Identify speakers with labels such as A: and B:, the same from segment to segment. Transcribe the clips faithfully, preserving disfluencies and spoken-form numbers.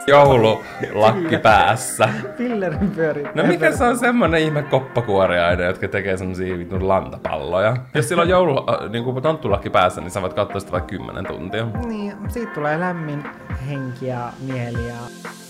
A: joululakki päässä.
B: Pillerin pyörittää.
A: No mikä se on semmonen ihme koppakuoriainen, jotka tekee semmosia vitun lantapalloja? Jos sillä on joulu, äh, niinku tonttulakki päässä, niin sä voit katsoa sitä vaikka kymmenen tuntia.
B: Niin, siitä tulee lämmin henki ja mieli ja...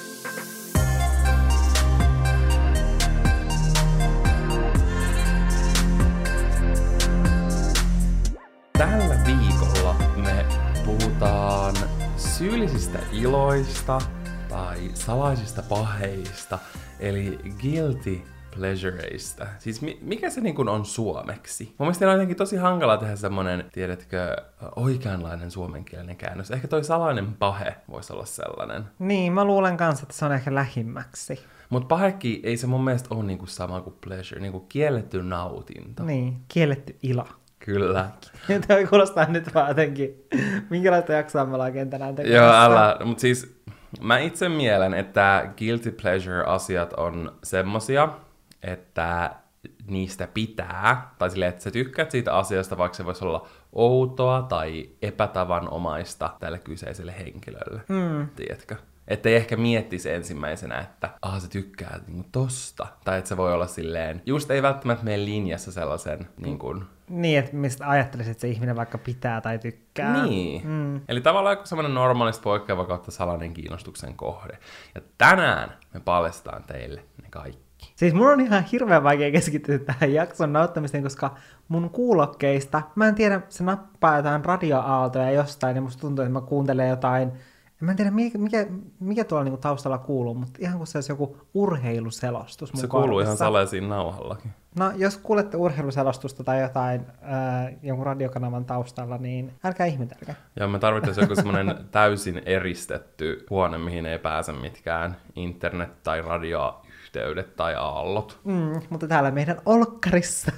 A: Tällä viikolla me puhutaan syyllisistä iloista tai salaisista paheista, eli guilty pleasureista. Siis mi- mikä se niin kuin on suomeksi? Mun mielestä on jotenkin tosi hankala tehdä semmonen, tiedätkö, oikeanlainen suomenkielinen käännös. Ehkä toi salainen pahe voisi olla sellainen.
B: Niin, mä luulen kanssa, että se on ehkä lähimmäksi.
A: Mut pahekin ei se mun mielestä ole niinku sama kuin pleasure, niinku kielletty nautinto.
B: Niin, kielletty ilo.
A: Kyllä.
B: Tämä kuulostaa nyt vaan jotenkin, minkälaista jaksoa me ollaan tänään tekemässä.
A: Joo, älä. Mut siis mä itse mielen, että guilty pleasure-asiat on semmosia, että niistä pitää, tai silleen, että sä tykkäät siitä asiasta, vaikka se voisi olla outoa tai epätavanomaista tälle kyseiselle henkilölle. Mm. Tiedätkö? Että ei ehkä miettisi ensimmäisenä, että aha, sä tykkää niinku tosta. Tai että se voi olla silleen, just ei välttämättä mene linjassa sellaisen niin kuin...
B: Niin, että mistä ajattelisit, että se ihminen vaikka pitää tai tykkää.
A: Niin. Mm. Eli tavallaan joku semmoinen normaalista poikkeava kautta salainen kiinnostuksen kohde. Ja tänään me paljastetaan teille ne kaikki.
B: Siis mun on ihan hirveän vaikea keskittyä tähän jakson nauttamiseen, koska mun kuulokkeista, mä en tiedä, se nappaa jotain radioaaltoja jostain, ja musta tuntuu, että mä kuuntelen jotain. Mä en tiedä, mikä, mikä, mikä tuolla niinku taustalla kuuluu, mutta ihan kuin se olisi joku urheiluselostus mun
A: Se kuuluu
B: korvissa.
A: ihan salaisiin nauhallakin.
B: No, jos kuulette urheiluselostusta tai jotain ää, jonkun radiokanavan taustalla, niin älkää ihmetelkää.
A: Ja me tarvittaisiin joku semmoinen täysin eristetty huone, mihin ei pääse mitkään internet- tai radioyhteydet tai aallot.
B: Mm, mutta täällä meidän olkkarissa...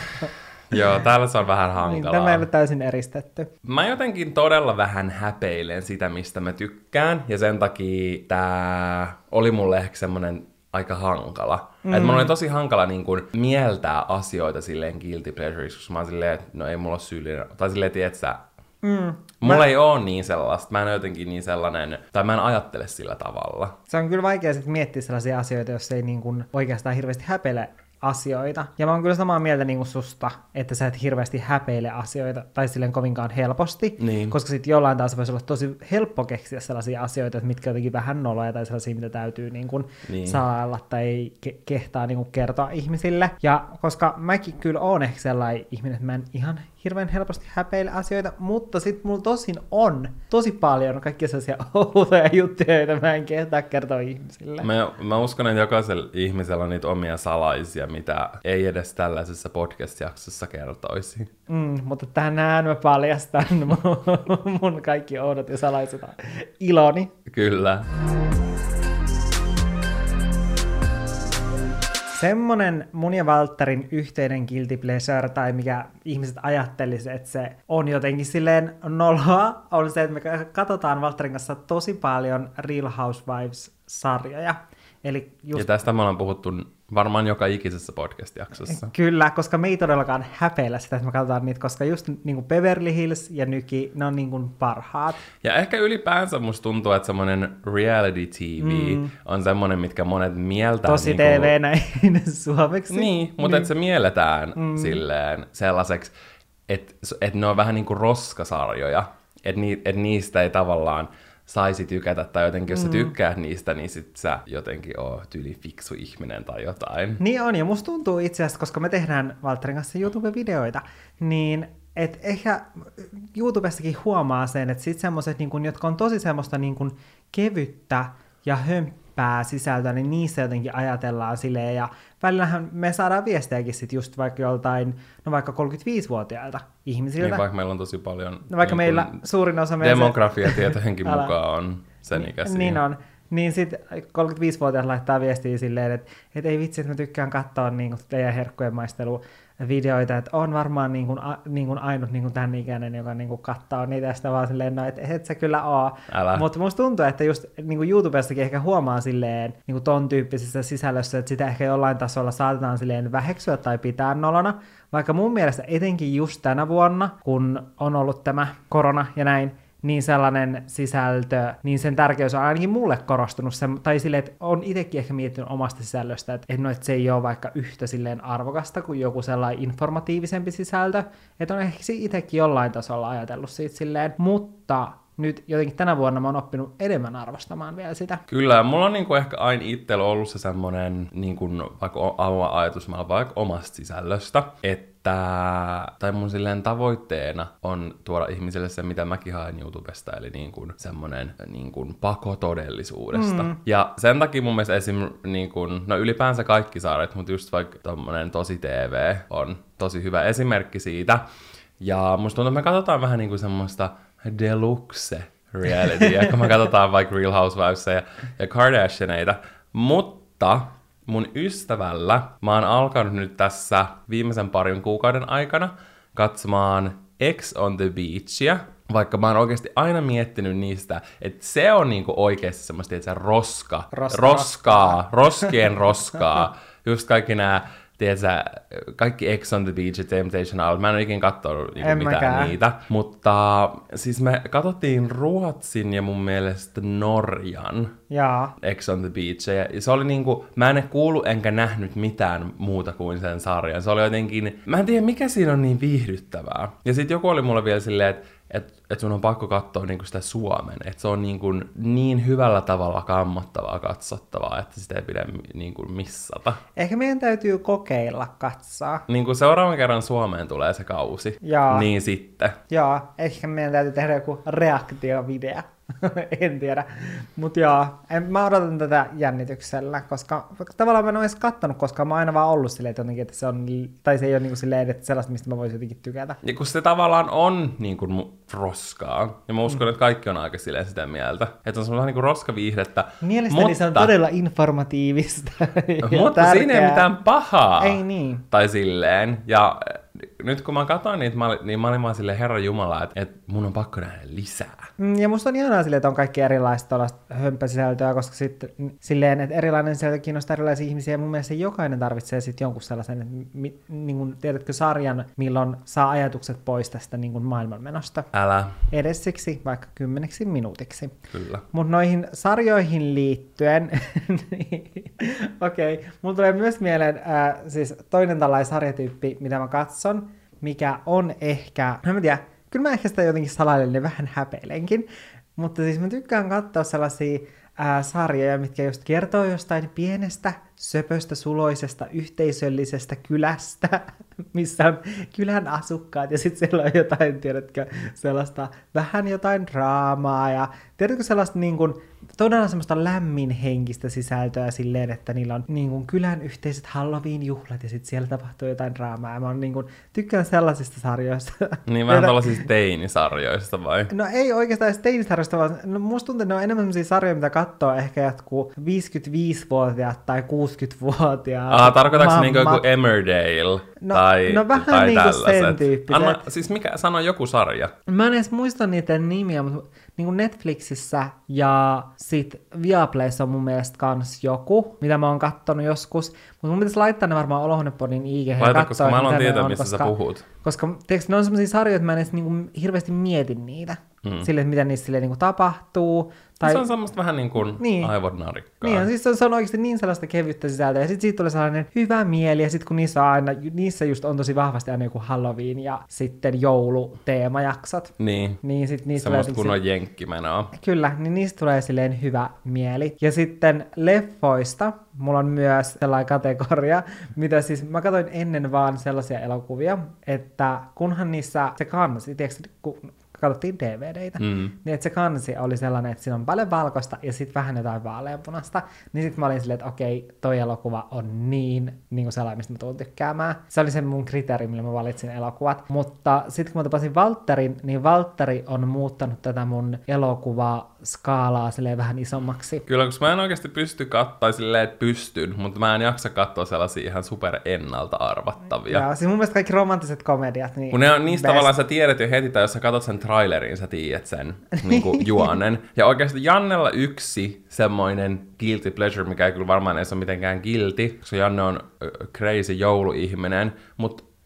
A: Joo, täällä se on vähän hankalaa.
B: Niin, tämä ei ole täysin eristetty.
A: Mä jotenkin todella vähän häpeilen sitä, mistä mä tykkään, ja sen takia tää oli mulle ehkä semmonen aika hankala. Mm. Että mun oli tosi hankala niin kun mieltää asioita silleen guilty pleasures, koska mä oon silleen, että no ei mulla ole syyllinen, tai silleen, tiedät sä, mm. mulla mä... ei oo niin sellaista, mä en jotenkin niin sellainen, tai mä en ajattele sillä tavalla.
B: Se on kyllä vaikea sitten miettiä sellaisia asioita, jos ei niin kun oikeastaan hirveästi häpeile asioita. Ja mä oon kyllä samaa mieltä niin kuin susta, että sä et hirveästi häpeile asioita, tai silleen kovinkaan helposti, niin. Koska sit jollain taas voisi olla tosi helppo keksiä sellaisia asioita, että mitkä jotenkin vähän noloja, tai sellaisia, mitä täytyy niin kuin niin. salailla, tai ke- kehtaa niin kuin kertoa ihmisille. Ja koska mäkin kyllä oon ehkä sellainen ihminen, että mä en ihan hirveän helposti häpeile asioita, mutta sit mulla tosin on tosi paljon kaikkia sellaisia outoja juttuja, joita mä en kehtaa kertoa ihmisille.
A: Mä, mä uskon, että jokaisella ihmisellä on niitä omia salaisia, mitä ei edes tällaisessa podcast-jaksossa kertoisi.
B: Mm, mutta tänään mä paljastan mun, mun kaikki oudot ja salaiset iloni.
A: Kyllä.
B: Semmonen mun ja Valtterin yhteinen guilty pleasure, tai mikä ihmiset ajattelisi, että se on jotenkin silleen noloa, on se, että me katsotaan Valtterin kanssa tosi paljon Real Housewives-sarjoja. Eli just...
A: Ja tästä me ollaan puhuttu varmaan joka ikisessä podcast-jaksossa.
B: Kyllä, koska me ei todellakaan häpeillä sitä, että me katsotaan niitä, koska just niin kuin Beverly Hills ja Nyki, ne on niin kuin parhaat.
A: Ja ehkä ylipäänsä musta tuntuu, että semmoinen reality T V mm. on semmoinen, mitkä monet mieltää...
B: Tosi
A: niin
B: T V näin suomeksi.
A: Niin, mutta niin. Että se mielletään mm. silleen sellaiseksi, että et ne on vähän niin kuin roskasarjoja, että ni, et niistä ei tavallaan saisi tykätä, tai jotenkin jos sä tykkäät niistä, niin sit sä jotenkin oot yli fiksu ihminen tai jotain.
B: Niin on, ja musta tuntuu itse asiassa, koska me tehdään Valtterin kanssa YouTube-videoita, niin et ehkä YouTubessakin huomaa sen, että sit semmoset, niin kun, jotka on tosi semmoista niin kun kevyttä ja hömppää sisältöä, niin niissä jotenkin ajatellaan silleen, ja välillähän me saadaan viestejäkin sit just vaikka joltain, no vaikka kolmekymmentäviisivuotiailta ihmisiltä.
A: Niin, vaikka meillä on tosi paljon...
B: No vaikka niin meillä suurin osa...
A: Demografiatietojenkin mukaan on sen ikäisiä.
B: Niin on. Niin sitten kolmekymmentäviisivuotiaat laittaa viestiä silleen, että et ei vitsi, että mä tykkään katsoa niin kuin teidän herkkujen maisteluvideoita, että on varmaan niin kuin, a, niin kuin ainut niin kuin tämän ikäinen, joka niin kuin katsoo niitä, ja sitä vaan silleen, no et, et se kyllä oo. Mutta musta tuntuu, että just niin kuin YouTubessakin ehkä huomaa silleen niin kuin ton tyyppisessä sisällössä, että sitä ehkä jollain tasolla saatetaan silleen väheksyä tai pitää nolona, vaikka mun mielestä etenkin just tänä vuonna, kun on ollut tämä korona ja näin, niin sellainen sisältö, niin sen tärkeys on ainakin mulle korostunut, sen, tai silleen, että on itsekin ehkä miettinyt omasta sisällöstä, että, että, no, että se ei ole vaikka yhtä silleen arvokasta kuin joku sellainen informatiivisempi sisältö, että on ehkä itsekin jollain tasolla ajatellut siitä silleen, mutta nyt jotenkin tänä vuonna mä oon oppinut enemmän arvostamaan vielä sitä.
A: Kyllä, mulla on niinku ehkä aina itsellä ollut se semmonen niinku, vaikka oma ajatus vaikka omasta sisällöstä, että tai mun silleen tavoitteena on tuoda ihmisille se, mitä mäkin haen YouTubesta, eli niin kuin semmonen niin kuin pako todellisuudesta. Mm. Ja sen takia mun mielestä esim. Niin kuin, no ylipäänsä kaikki sarjat, mutta just vaikka tommonen Tosi T V on tosi hyvä esimerkki siitä. Ja musta tuntuu, että me katsotaan vähän niin kuin semmoista deluxe realitya, kun me katsotaan vaikka Real Housewivesia ja, ja Kardashianeita. Mutta mun ystävällä mä oon alkanut nyt tässä viimeisen parin kuukauden aikana katsomaan Ex on the Beachia, vaikka mä oon oikeasti aina miettinyt niistä, että se on niinku oikeasti semmoista, että se roska, Roska, roskaa, roskien roskaa, just kaikki nää, tiedätkö, kaikki Ex on the Beach ja Temptation Island, mä en ole ikinä katsonut niinku mitään mäkään. niitä, mutta siis me katsottiin Ruotsin ja mun mielestä Norjan Jaa. Ex on the Beach, ja se oli niinku, mä en kuullut enkä nähnyt mitään muuta kuin sen sarjan, se oli jotenkin, mä en tiedä mikä siinä on niin viihdyttävää, ja sit joku oli mulle vielä silleen, että että et sun on pakko katsoa niinku sitä Suomen, että se on niinku niin hyvällä tavalla kammottavaa katsottavaa, että sitä ei pidä niinku missata.
B: Ehkä meidän täytyy kokeilla katsoa.
A: Niinku seuraavan kerran Suomeen tulee se kausi, Jaa. niin sitten.
B: Joo, ehkä meidän täytyy tehdä joku reaktiovideo. En tiedä. Mutta joo, en, mä odotan tätä jännityksellä, koska tavallaan mä en ole edes kattonut, koska mä oon aina vaan ollut silleen, että, jotenkin, että se on, tai se ei ole niinku silleen, että sellaista, mistä mä voisin jotenkin tykätä.
A: Ja kun se tavallaan on niinku roskaa, ja mä uskon, mm. että kaikki on aika silleen sitä mieltä, että on semmoista niinku roskaviihdettä.
B: Mielestäni mutta, se on todella informatiivista.
A: Mutta tärkeää. Siinä ei mitään pahaa.
B: Ei niin.
A: Tai silleen, ja nyt kun mä katsoin niitä, mä olin, niin mä olin vaan silleen, Herra Jumala, että, että mun on pakko nähdä lisää.
B: Ja musta on ihanaa silleen, että on kaikki erilaista hömppäsisältöä, koska sitten silleen, että erilainen sisältö kiinnostaa erilaisia ihmisiä, ja mun mielestä jokainen tarvitsee sitten jonkun sellaisen, että mi, niin kuin, tiedätkö, sarjan, milloin saa ajatukset pois tästä niin kuin maailmanmenosta.
A: Älä.
B: Edes siksi, vaikka kymmeneksi minuutiksi.
A: Kyllä.
B: Mutta noihin sarjoihin liittyen, okei, okay, mulla tulee myös mieleen äh, siis toinen tällainen sarjatyyppi, mitä mä katson, mikä on ehkä, no mä tiedän, kyllä mä ehkä sitä jotenkin salailen ja vähän häpeilenkin, mutta siis mä tykkään katsoa sellaisia ää, sarjoja, mitkä just kertoo jostain pienestä, söpöstä, suloisesta, yhteisöllisestä kylästä, missä on kylän asukkaat, ja sitten siellä on jotain, tiedätkö, sellaista vähän jotain draamaa, ja tiedätkö sellaista niin kuin, todella semmoista lämminhenkistä sisältöä silleen, että niillä on niin kuin, kylän yhteiset Halloween-juhlat, ja sitten siellä tapahtuu jotain draamaa, ja mä on, niin kuin, tykkään sellaisista sarjoista.
A: Niin vähän tällaisista teinisarjoista vai?
B: No ei oikeastaan edes teinisarjoista, vaan no, musta tuntuu, että ne on enemmän sellaisia sarjoja, mitä katsoo ehkä jotkut viisikymmentäviisivuotiaat tai kuusikymmentävuotiaat.
A: Ah, tarkoitatko se niinku joku Emmerdale?
B: No,
A: tai,
B: no vähän
A: tai
B: niinku sen tyyppiset.
A: Anna, siis mikä, sano joku sarja.
B: Mä en edes muista niiden nimiä, mutta niinku Netflixissä ja sit Viaplayssa on mun mielestä kans joku, mitä mä oon kattonut joskus. Mutta mun pitäisi laittaa ne varmaan Olohuonepodin I G-hän
A: Laita, katsoa, koska mä haluan tietää, on, missä koska, sä puhut.
B: Koska tiiäks, ne on semmosia sarjoja, että mä en edes niinku hirveästi mietin niitä. Mm. Silleen, että mitä niissä silleen, niinku tapahtuu. Tai...
A: Se on semmoista vähän niin kuin niin. aivonarikkaa.
B: Niin, siis se on, se on oikeasti niin sellaista kevyttä sisältöä. Ja sitten siitä tulee sellainen hyvä mieli. Ja sitten kun niissä, on aina, niissä just on tosi vahvasti aina joku Halloween ja sitten jouluteemajaksot.
A: Niin,
B: niin sit niistä
A: semmoista
B: tulee,
A: kun on jenkkimenoa.
B: Kyllä, niin niistä tulee silleen hyvä mieli. Ja sitten leffoista mulla on myös sellainen kategoria, mitä siis mä katsoin ennen vaan sellaisia elokuvia, että kunhan niissä se kansi, tiedätkö, kun katsottiin D V D:itä, mm. niin että se kansi oli sellainen, että siinä on paljon valkoista ja sitten vähän jotain vaaleanpunasta, niin sitten mä olin silleen, että okei, toi elokuva on niin, niin kuin sellainen, mistä mä tuun tykkäämään. Se oli se mun kriteeri, millä mä valitsin elokuvat. Mutta sitten kun mä tapasin Valtterin, niin Valtteri on muuttanut tätä mun elokuvaa skaalaa silleen vähän isommaksi.
A: Kyllä, koska mä en oikeasti pysty katsoa silleen, että pystyn, mutta mä en jaksa katsoa sellaisia ihan super ennalta arvattavia.
B: Joo, siis mun mielestä kaikki romanttiset komediat, niin
A: kun ne on niistä tavallaan sä tiedät jo heti, tai jos sä katsot sen trailerin, sä tiedät sen niin kuin juonen. Ja oikeasti Jannella yksi semmoinen guilty pleasure, mikä ei kyllä varmaan edes ole mitenkään guilty, koska Janne on crazy jouluihminen, mutta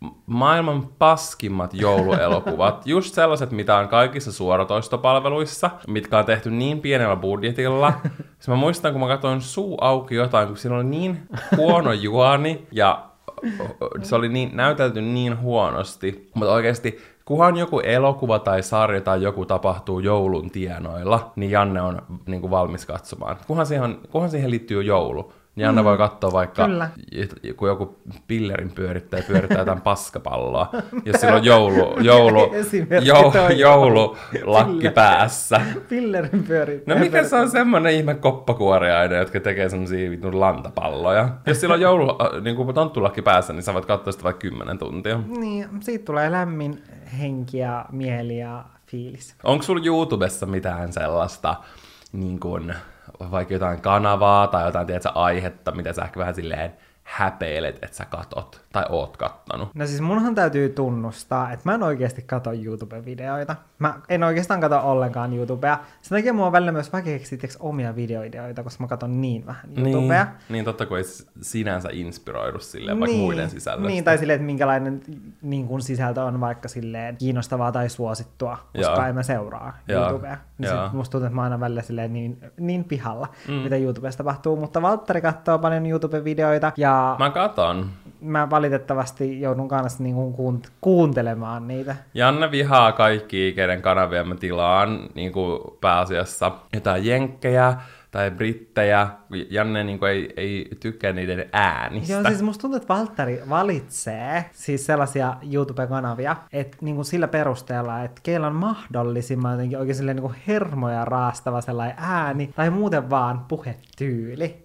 A: maailman paskimmat jouluelokuvat. Just sellaiset, mitä on kaikissa suoratoistopalveluissa, mitkä on tehty niin pienellä budjetilla. Siis mä muistan, kun mä katsoin suu auki jotain, kun siinä oli niin huono juoni ja se oli niin, näytelty niin huonosti. Mutta oikeasti, kunhan joku elokuva tai sarja tai joku tapahtuu joulun tienoilla, niin Janne on niin kuin valmis katsomaan. Kunhan siihen, kunhan siihen liittyy joulu. Niin Janne mm, voi katsoa vaikka, kyllä. kun joku pillerin pyörittäjä pyörittää jotain paskapalloa, jos sillä on joulu, joulu, jou, joululakki päässä.
B: Pillerin pyörittäjä.
A: No mikä se on semmoinen ihme koppakuoriainen, jotka tekee semmosia vitun lantapalloja. Jos sillä on joulu, niin kuin tonttulakki päässä, niin sä voit katsoa sitä vaikka kymmenen tuntia.
B: Niin, siitä tulee lämmin henki ja mieli ja fiilis.
A: Onko sulla YouTubessa mitään sellaista, niin kuin vaikka jotain kanavaa tai jotain, tiedätkö, aihetta, mitä sä ehkä vähän silleen häpeilet, että sä katot tai oot kattonut?
B: No siis munhan täytyy tunnustaa, että mä en oikeasti katso YouTube-videoita. Mä en oikeastaan katso ollenkaan YouTubea. Sen takia mua on välillä myös vaikea keksiä omia videoideoita, koska mä katson niin vähän YouTubea.
A: Niin, niin totta kun ei sinänsä inspiroidu silleen vaikka
B: niin,
A: muiden sisällöstä.
B: Niin, tai silleen, että minkälainen niin kun sisältö on vaikka silleen kiinnostavaa tai suosittua, koska Jaa. en mä seuraa Jaa. YouTubea. Niin musta tuntuu, että mä aina välillä silleen niin, niin pihalla, mm. mitä YouTubessa tapahtuu. Mutta Valtteri katsoo paljon YouTube-videoita ja
A: mä katon.
B: Mä valitettavasti joudun kanssa niinku kuunt- kuuntelemaan niitä.
A: Janne vihaa kaikki, keiden kanavia mä tilaan, niinku pääasiassa jotain jenkkejä tai brittejä. Janne niinku ei, ei tykkää niiden äänistä.
B: Joo, siis musta tuntuu, että Valtteri valitsee siis sellaisia YouTube-kanavia, että niinku sillä perusteella, että keillä on mahdollisimman jotenkin oikein silleen niinku hermoja raastava sellainen ääni, tai muuten vaan puhetyyli.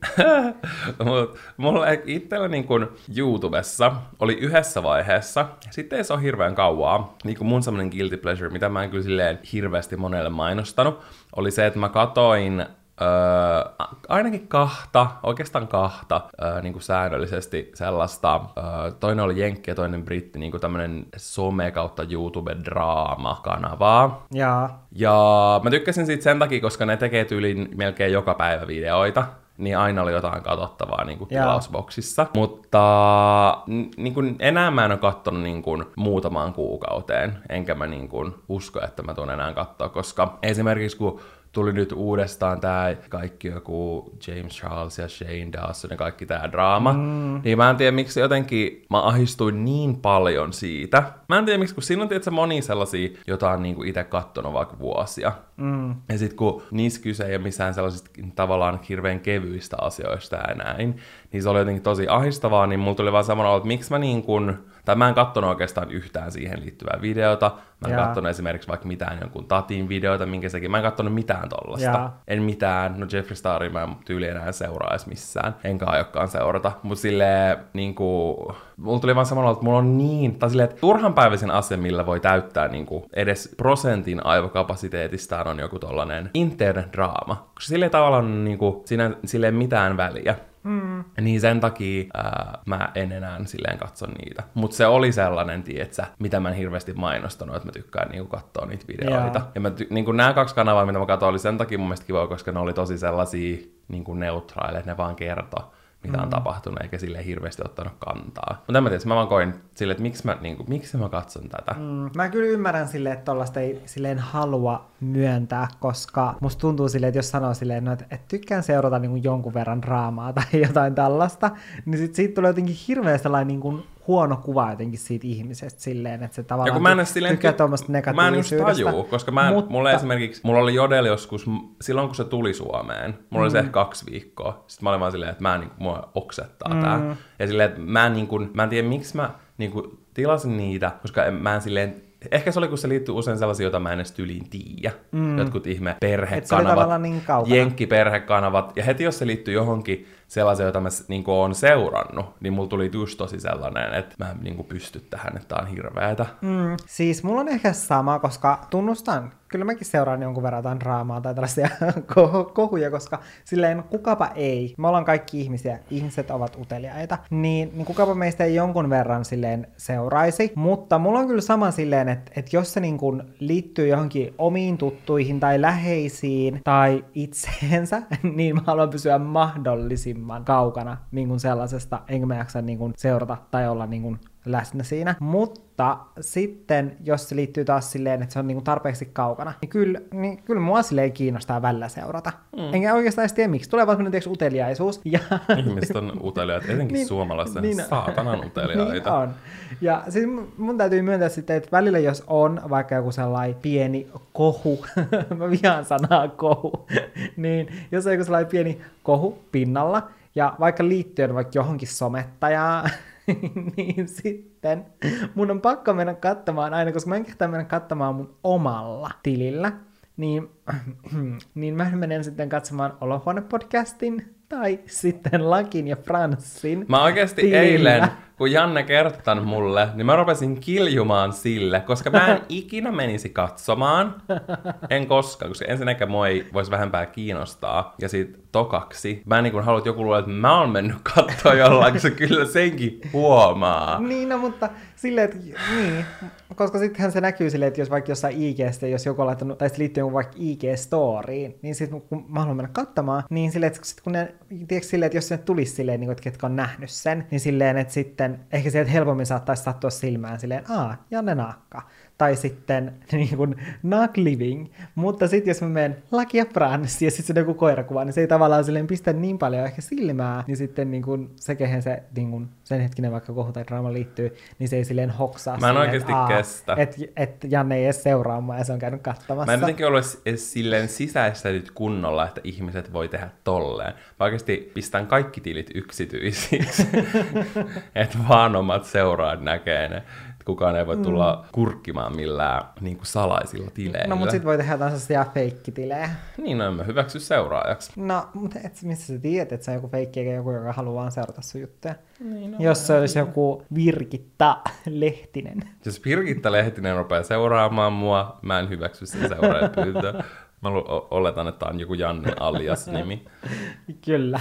A: Mut mulla itsellä niinku YouTubessa oli yhdessä vaiheessa, sitten ei se ole hirveän kauaa, niinku mun semmonen guilty pleasure, mitä mä en kyllä silleen hirveästi monelle mainostanut, oli se, että mä katoin Öö, ainakin kahta, oikeastaan kahta öö, niin kuin säännöllisesti sellaista, öö, toinen oli jenkki ja toinen britti, niin kuin tämmönen some kautta YouTube-draama-kanavaa.
B: Jaa.
A: Ja mä tykkäsin siitä sen takia, koska ne tekee tyyliin melkein joka päivä videoita. Niin aina oli jotain katsottavaa niin kuin tilausboksissa. Mutta n- niin kuin enää mä en ole katsonut niin kuin muutamaan kuukauteen. Enkä mä niin kuin usko, että mä tuun enää katsoa, koska esimerkiksi kun tuli nyt uudestaan tää kaikki joku James Charles ja Shane Dawson ja kaikki tää draama. Mm. Niin mä en tiedä, miksi jotenkin mä ahistuin niin paljon siitä. Mä en tiedä, miksi, kun siinä on tietysti monia sellaisia, jota on niinku itse kattonut vaikka vuosia. Mm. Ja sit kun niissä kyse ei ole missään sellaisista tavallaan hirveän kevyistä asioista ja näin, niin se oli jotenkin tosi ahistavaa, niin mulla tuli vaan semmoinen olo, että miksi mä niin kuin, tai mä en kattonut oikeastaan yhtään siihen liittyvää videota. Mä en Jaa. kattonut esimerkiksi vaikka mitään jonkun tatin videoita, minkä sekin. Mä en kattonut mitään tollasta. Jaa. En mitään. No Jeffree Staria mä en tyyli enää seuraa edes missään. Enkä aiokkaan seurata. Mut silleen niinku, mulla tuli vaan samalla, että mulla on niin, tai silleen, että turhanpäiväisen asia, millä voi täyttää niinku edes prosentin aivokapasiteetistaan on joku tollanen internet-draama. Koska silleen tavallaan on niinku, siinä silleen mitään väliä. Mm. Niin sen takia ää, mä en enää silleen katso niitä. Mut se oli sellainen, tietsä, mitä mä en hirveästi mainostanut, että mä tykkään niinku katsoa niitä videoita. Yeah. Ja mä ty- niinku nämä kaksi kanavaa, mitä mä katsoin, oli sen takia mun mielestä kiva, koska ne oli tosi sellaisia niinku neutraaleja, ne vaan kertoi, mitä mm. on tapahtunut, eikä silleen hirveästi ottanut kantaa. Mutta en mä tiedä, mä vaan koin silleen, että miksi mä, niinku, miksi mä katson tätä. Mm.
B: Mä kyllä ymmärrän silleen, että tollaista ei silleen halua myöntää, koska musta tuntuu silleen, että jos sanoo silleen, no, että, että tykkään seurata niin kuin jonkun verran draamaa tai jotain tällaista, niin sit siitä tulee jotenkin hirveä sellainen niin kuin huono kuva jotenkin siitä ihmisestä silleen, että se tavallaan tykkää tuommoista negatiivisuudesta.
A: Mä en just tajuu, koska mä en, mutta mulla esimerkiksi, mulla oli Jodel joskus, silloin kun se tuli Suomeen, mulla mm. oli se ehkä kaksi viikkoa, sitten mä olin vaan silleen, että mä en, niin, mua oksettaa mm. tää. Ja silleen, että mä en, niin kuin, mä en tiedä miksi mä niin kuin, tilasin niitä, koska en, mä en silleen, ehkä se oli, kun se liittyy usein sellaisia, joita mä en edes tyliin tiedä. Mm. Jotkut ihme perhekanavat,
B: niin
A: jenkkiperhekanavat. Ja heti jos se liittyy johonkin sellaisia, joita mä niin kuin, oon seurannut, niin mulla tuli just tosi sellainen, että mä en niin kuin, pysty tähän, että tää on hirveetä.
B: Mm. Siis mulla on ehkä sama, koska tunnustan, kyllä mäkin seuraan jonkun verran jotain draamaa tai tällaisia kohuja, koska silleen kukapa ei. Me ollaan kaikki ihmisiä, ihmiset ovat uteliaita, niin, niin kukapa meistä ei jonkun verran silleen seuraisi. Mutta mulla on kyllä sama silleen, että, että jos se niin kuin liittyy johonkin omiin tuttuihin tai läheisiin tai itseensä, niin mä haluan pysyä mahdollisimman mahdollisimman kaukana niin kuin sellaisesta, enkä mä jaksa niin kuin seurata tai olla niin kuin läsnä siinä. Mutta sitten, jos se liittyy taas silleen, että se on niin kuin tarpeeksi kaukana, niin kyllä, niin kyllä mua silleen kiinnostaa välillä seurata. Mm. Enkä oikeastaan edes tiedä miksi. Tulee vaan sellainen uteliaisuus. Ja...
A: Ihmiset on uteliaat, etenkin niin, suomalaiset, niin, saatanan uteliaita.
B: Niin on. Ja siis mun täytyy myöntää sitten, että välillä jos on vaikka joku sellainen pieni kohu, mä vihaan sanaa kohu, niin jos on joku sellainen pieni kohu pinnalla, ja vaikka liittyen vaikka johonkin somettajaan, niin sitten mun on pakko mennä katsomaan aina, koska mä en kehtaa mennä katsomaan mun omalla tilillä, niin, niin mä menen sitten katsomaan Olohuone-podcastin tai sitten Lakin ja Franssin
A: Mä oikeasti tilillä. Eilen, kun Janne kertoi mulle, niin mä rupesin kiljumaan sille, koska mä en ikinä menisi katsomaan. En koskaan, koska ensinnäkään mua ei voisi vähempää kiinnostaa. Ja sit tokaksi, mä en niin halua, että joku luulee, että mä oon mennyt katsoa jollain, koska kyllä senkin huomaa.
B: Niin, no mutta silleen, että niin, koska sittenhän se näkyy silleen, että jos vaikka jossain I G:stä, jos joku on laittanut, tai liittyy vaikka I G-storiin, niin sitten kun mä haluan mennä katsomaan, niin silleen, että sit kun ne, tiedätkö silleen, että jos se tulisi silleen, niin kuin, että ketkä on nähnyt sen, niin silleen, että sitten ehkä sieltä helpommin saattaisi sattua silmään silleen, aa, Janne Naakka. Tai sitten niin kuin Naak Living. Mutta sitten jos mä menen Lucky ja Frans ja sitten se on joku koirakuva, niin se ei tavallaan silleen pistä niin paljon ehkä silmää, niin sitten niin kuin se, kehen se niin kuin sen hetkinen vaikka kohu tai draama liittyy, niin se ei silleen hoksaa.
A: Mä en silleen, oikeasti että, kestä.
B: Että et Janne ei edes seuraa mua ja se on käynyt katsomassa.
A: Mä en jotenkin ollut edes silleen sisäistänyt kunnolla, että ihmiset voi tehdä tolleen. Mä oikeasti pistän kaikki tilit yksityisiksi, että vaan omat seuraajat näkee ne. Kukaan ei voi tulla mm. kurkkimaan millään niin kuin salaisilla tileillä.
B: No, mutta sit voi tehdä jotain sellaisia feikkitilejä.
A: Niin, no en mä hyväksy seuraajaksi.
B: No, mutta et, missä sä tiedät, että se on joku feikki eikä joku, joka haluaa vaan seurata sun juttuja? Niin, no, jos se olisi joku Virgitta Lehtinen.
A: Jos Virgitta Lehtinen rupeaa seuraamaan mua, mä en hyväksy sen seuraajapyyntöä. Mä oletan, että on joku Janne alias-nimi.
B: Kyllä.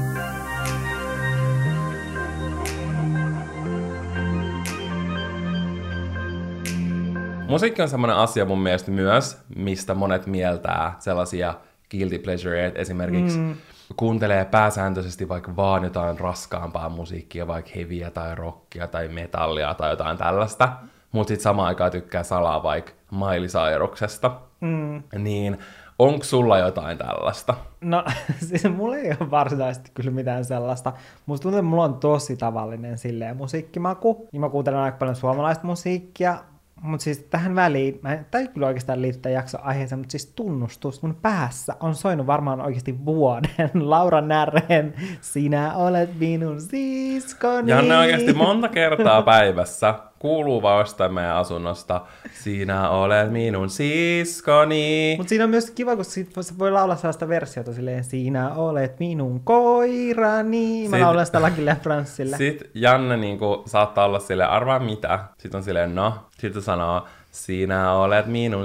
A: Musiikki on semmoinen asia mun mielestä myös, mistä monet mieltää sellaisia guilty pleasureita. Esimerkiksi mm. kuuntelee pääsääntöisesti vaikka vaan jotain raskaampaa musiikkia, vaikka heviä tai rockia tai metallia tai jotain tällaista. Mutta sitten samaan aikaan tykkää salaa vaikka Miley Cyruksesta. Mm. Niin onko sulla jotain tällaista?
B: No siis mulla ei ole varsinaisesti kyllä mitään sellaista. Musta tuntuu, että mulla on tosi tavallinen silleen musiikkimaku. Ja mä kuuntelen aika paljon suomalaista musiikkia. Mutta siis tähän väliin, mä en, tai kyllä oikeastaan liittyä jakso aiheeseen, mutta siis tunnustus mun päässä on soinut varmaan oikeasti vuoden. Laura Närhen, sinä olet minun siskoni.
A: Janne oikeasti monta kertaa päivässä kuuluu vaan jostain meidän asunnosta. Sinä olet minun siskoni.
B: Mutta siinä on myös kiva, kun sit voi laulaa sellaista versiota silleen, sinä olet minun koirani. Mä sit, laulan sitä Lakille ja Franssille.
A: Sitten Janne niinku saattaa olla silleen, arvaa mitä. Sitten on silleen, no. Sitten sanoo, sinä olet minun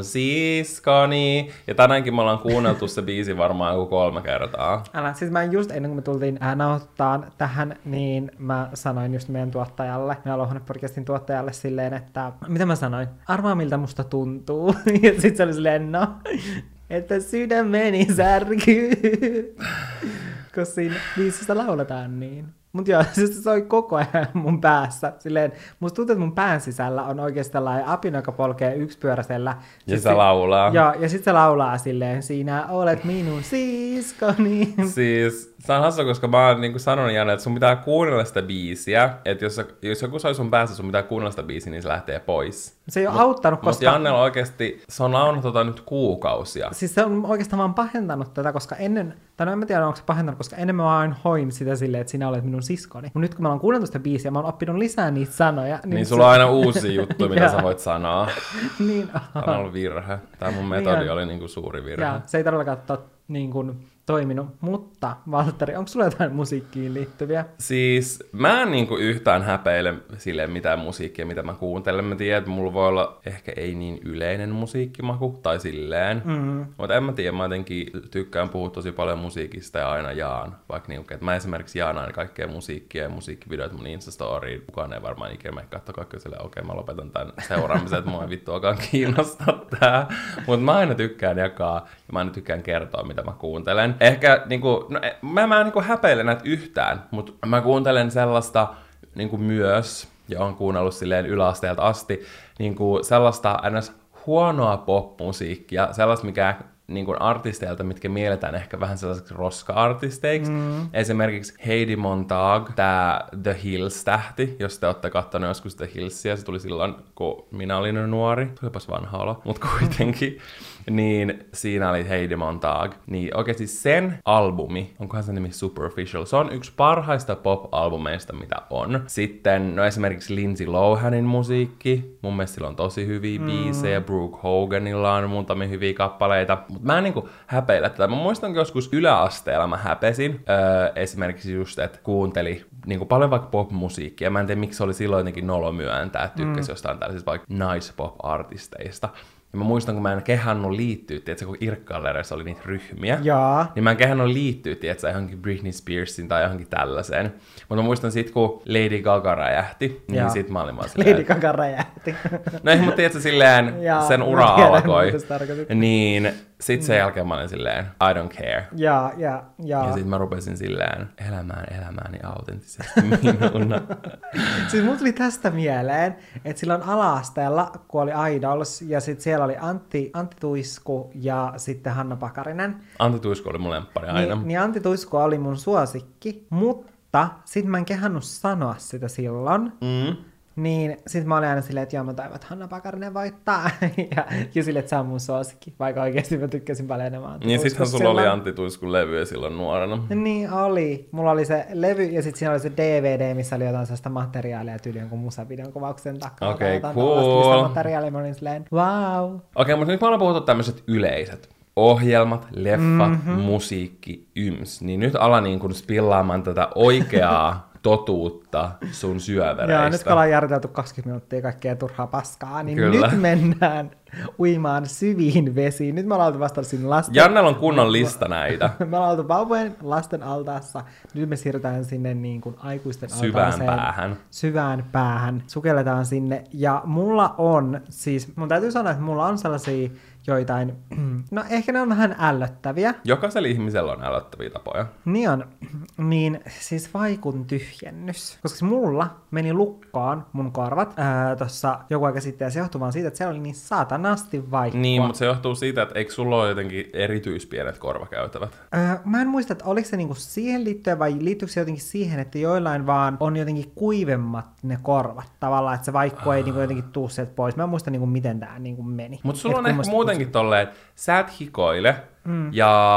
A: siskoni. Ja tänäänkin me ollaan kuunneltu se biisi varmaan joku kolme kertaa.
B: Älä, siis mä just ennen kuin me tultiin äh, nauhoittaan tähän, niin mä sanoin just meidän tuottajalle, meidän Olohuone-podcastin tuottajalle silleen, että mitä mä sanoin? Arvaa miltä musta tuntuu. Ja sit se oli silleen, no, että sydämeni särkyy. Koska siinä biisissä lauletaan niin. Mut joo, se soi koko ajan mun päässä. Silleen, musta tuntuu, että mun pään sisällä on oikeasti tällainen apina, joka polkee yksipyöräisellä.
A: Ja se laulaa.
B: Joo, ja sit se laulaa silleen, sinä olet minun siskoni.
A: Siis, se on hassua, koska mä oon niin sanonut Janne, että sun pitää kuunnella sitä biisiä. Että jos, jos joku soi sun päässä, sun pitää kuunnella sitä biisiä, niin se lähtee pois.
B: Se ei ole mut, auttanut, koska...
A: Mutta Jannella oikeasti, se on launut tota nyt kuukausia.
B: Siis se on oikeastaan vaan pahentanut tätä, koska ennen... Tai no en mä tiedä, onko se pahentanut, koska ennen mä vaan hoin sitä silleen, että sinä olet minun siskoni. Mutta nyt kun mä oon kuunnellut sitä biisiä, mä oon oppinut lisää niitä sanoja.
A: Niin, niin sulla on aina uusia juttuja, mitä sä voit sanoa.
B: Niin on.
A: Tämä on ollut virhe. Tämä mun metodi niin oli niinku suuri virhe.
B: Ja, se ei todellakaan ole niin kuin toiminut. Mutta Valtteri, onko sulla jotain musiikkiin liittyviä?
A: Siis mä en niinku yhtään häpeile silleen mitään musiikkia, mitä mä kuuntelen. Mä tiedän, että mulla voi olla ehkä ei niin yleinen musiikkimaku tai silleen. Mm-hmm. Mutta en mä tiedä, mä jotenkin tykkään puhua tosi paljon musiikista ja aina jaan. Vaikka niinku, että mä esimerkiksi jaan aina kaikkea musiikkia ja musiikkivideoita mun Instastoriin. Kukaan ei varmaan ikinä mene katsoa kaikkea silleen, okei okay, mä lopetan tämän seuraamisen, että mua ei vittuakaan kiinnostaa tää. Mutta mä aina tykkään jakaa ja mä aina tykkään kertoa, mitä mitä mä kuuntelen. Ehkä niinku, no, mä, mä en niinku häpeile näitä yhtään, mutta mä kuuntelen sellaista niinku myös, ja oon kuunnellut silleen yläasteelta asti, niinku sellaista ns. Huonoa pop-musiikkia, sellaista mikä niin kuin artisteilta, mitkä mielletään ehkä vähän sellaiseksi roska-artisteiksi. Mm. Esimerkiksi Heidi Montag, tää The Hills-tähti, jos te olette katsoneet joskus The Hillsia, se tuli silloin, kun minä olin nuori. Tulipas vanha olo, mutta kuitenkin. Niin siinä oli Heidi Montag. Niin oikeesti sen albumi, onkohan se nimi Superficial, se on yksi parhaista pop-albumeista, mitä on. Sitten no esimerkiksi Lindsay Lohanin musiikki, mun mielestä sillä on tosi hyviä mm. biisejä, Brooke Hoganilla on muutamia hyviä kappaleita, mutta mä en niinku häpeillä tätä. Mä muistan joskus yläasteella mä häpesin, öö, esimerkiksi just, että kuunteli niinku paljon vaikka pop-musiikkia. Mä en tiedä, miksi se oli silloin jotenkin nolo myöntää, että tykkäsi mm. jostain tällaisista vaikka nice pop-artisteista. Ja mä muistan, kun mä en kehannut liittyä, tietsä, kun Irkkallereissa oli niitä ryhmiä,
B: Jaa.
A: niin mä en kehannut liittyä, tietsä, johonkin Britney Spearsin tai johonkin tällaiseen. Mutta mä muistan sit, kun Lady Gaga räjähti, niin Jaa. sit mä olin vaan silleen...
B: Lady Gaga räjähti.
A: No ei, mutta tietsä, silleen Jaa, sen ura tiedän, alkoi, niin sit sen jälkeen mä olin silleen, I don't care.
B: Jaa, jaa, jaa.
A: Ja sit mä rupesin silleen, elämään elämääni autenttisesti minuna.
B: Siis mut tuli tästä mieleen, että silloin ala-asteella, kun oli Idols, ja sit siellä oli Antti, Antti Tuisku ja sitten Hanna Pakarinen.
A: Antti Tuisku oli mun lemppari aina.
B: Niin, niin Antti Tuisku oli mun suosikki, mutta sit mä en kehannut sanoa sitä silloin. Mm. Niin sit mä olin aina silleen, että joo, mä toivon, että Hanna Pakarinen voittaa. ja kysyin, että se on mun suosikki, vaikka oikeesti mä tykkäsin paljon enemmän Antti
A: Niin sittenhän sulla silloin oli Antti Tuiskun levyä silloin nuorena.
B: Niin oli. Mulla oli se levy ja sit siinä oli se D V D, missä oli jotain sellaista materiaalia tyyli jonkun musavideon kuvauksen takaa.
A: Okei, okay, cool.
B: Materiaalia, mä olin silleen, wow.
A: Okei, okay, mutta nyt mä ollaan puhuttu tämmöiset yleiset. Ohjelmat, leffat, mm-hmm. musiikki, yms. Niin nyt ala niin kuin spillaamaan tätä oikeaa totuutta sun syövereistä.
B: Joo, nyt kun ollaan järjitelty kaksikymmentä minuuttia kaikkea turhaa paskaa, niin Kyllä. nyt mennään uimaan syviin vesiin. Nyt me ollaan oltu vasta siinä lasten...
A: Jannella on kunnon lista näitä.
B: Me ollaan oltu vauvojen lasten altaassa. Nyt me siirrytään sinne niin kuin aikuisten
A: syvään
B: altaaseen.
A: päähän.
B: Syvään päähän. Sukelletaan sinne. Ja mulla on, siis mun täytyy sanoa, että mulla on sellaisia joitain, no ehkä ne on vähän ällöttäviä.
A: Jokaisella ihmisellä on ällöttäviä tapoja.
B: Niin on. Niin siis vaikun tyhjennys. Koska mulla meni lukkoon mun korvat ää, tossa joku aika sitten, ja se johtuu vaan siitä, että siellä oli niin saatanasti vaikkua.
A: Niin, mutta se johtuu siitä, että eikö sulla ole jotenkin erityispienet korvakäytävät?
B: Ää, mä en muista, että oliko se niinku siihen liittyen, vai liittyykö se jotenkin siihen, että joillain vaan on jotenkin kuivemmat ne korvat. Tavallaan, että se vaikku ei niinku jotenkin tuu sieltä pois. Mä en muista, niinku, miten tää niinku meni.
A: Mutta sulla Et on ehkä muutenkin tolleen, että sä et hikoile, mm.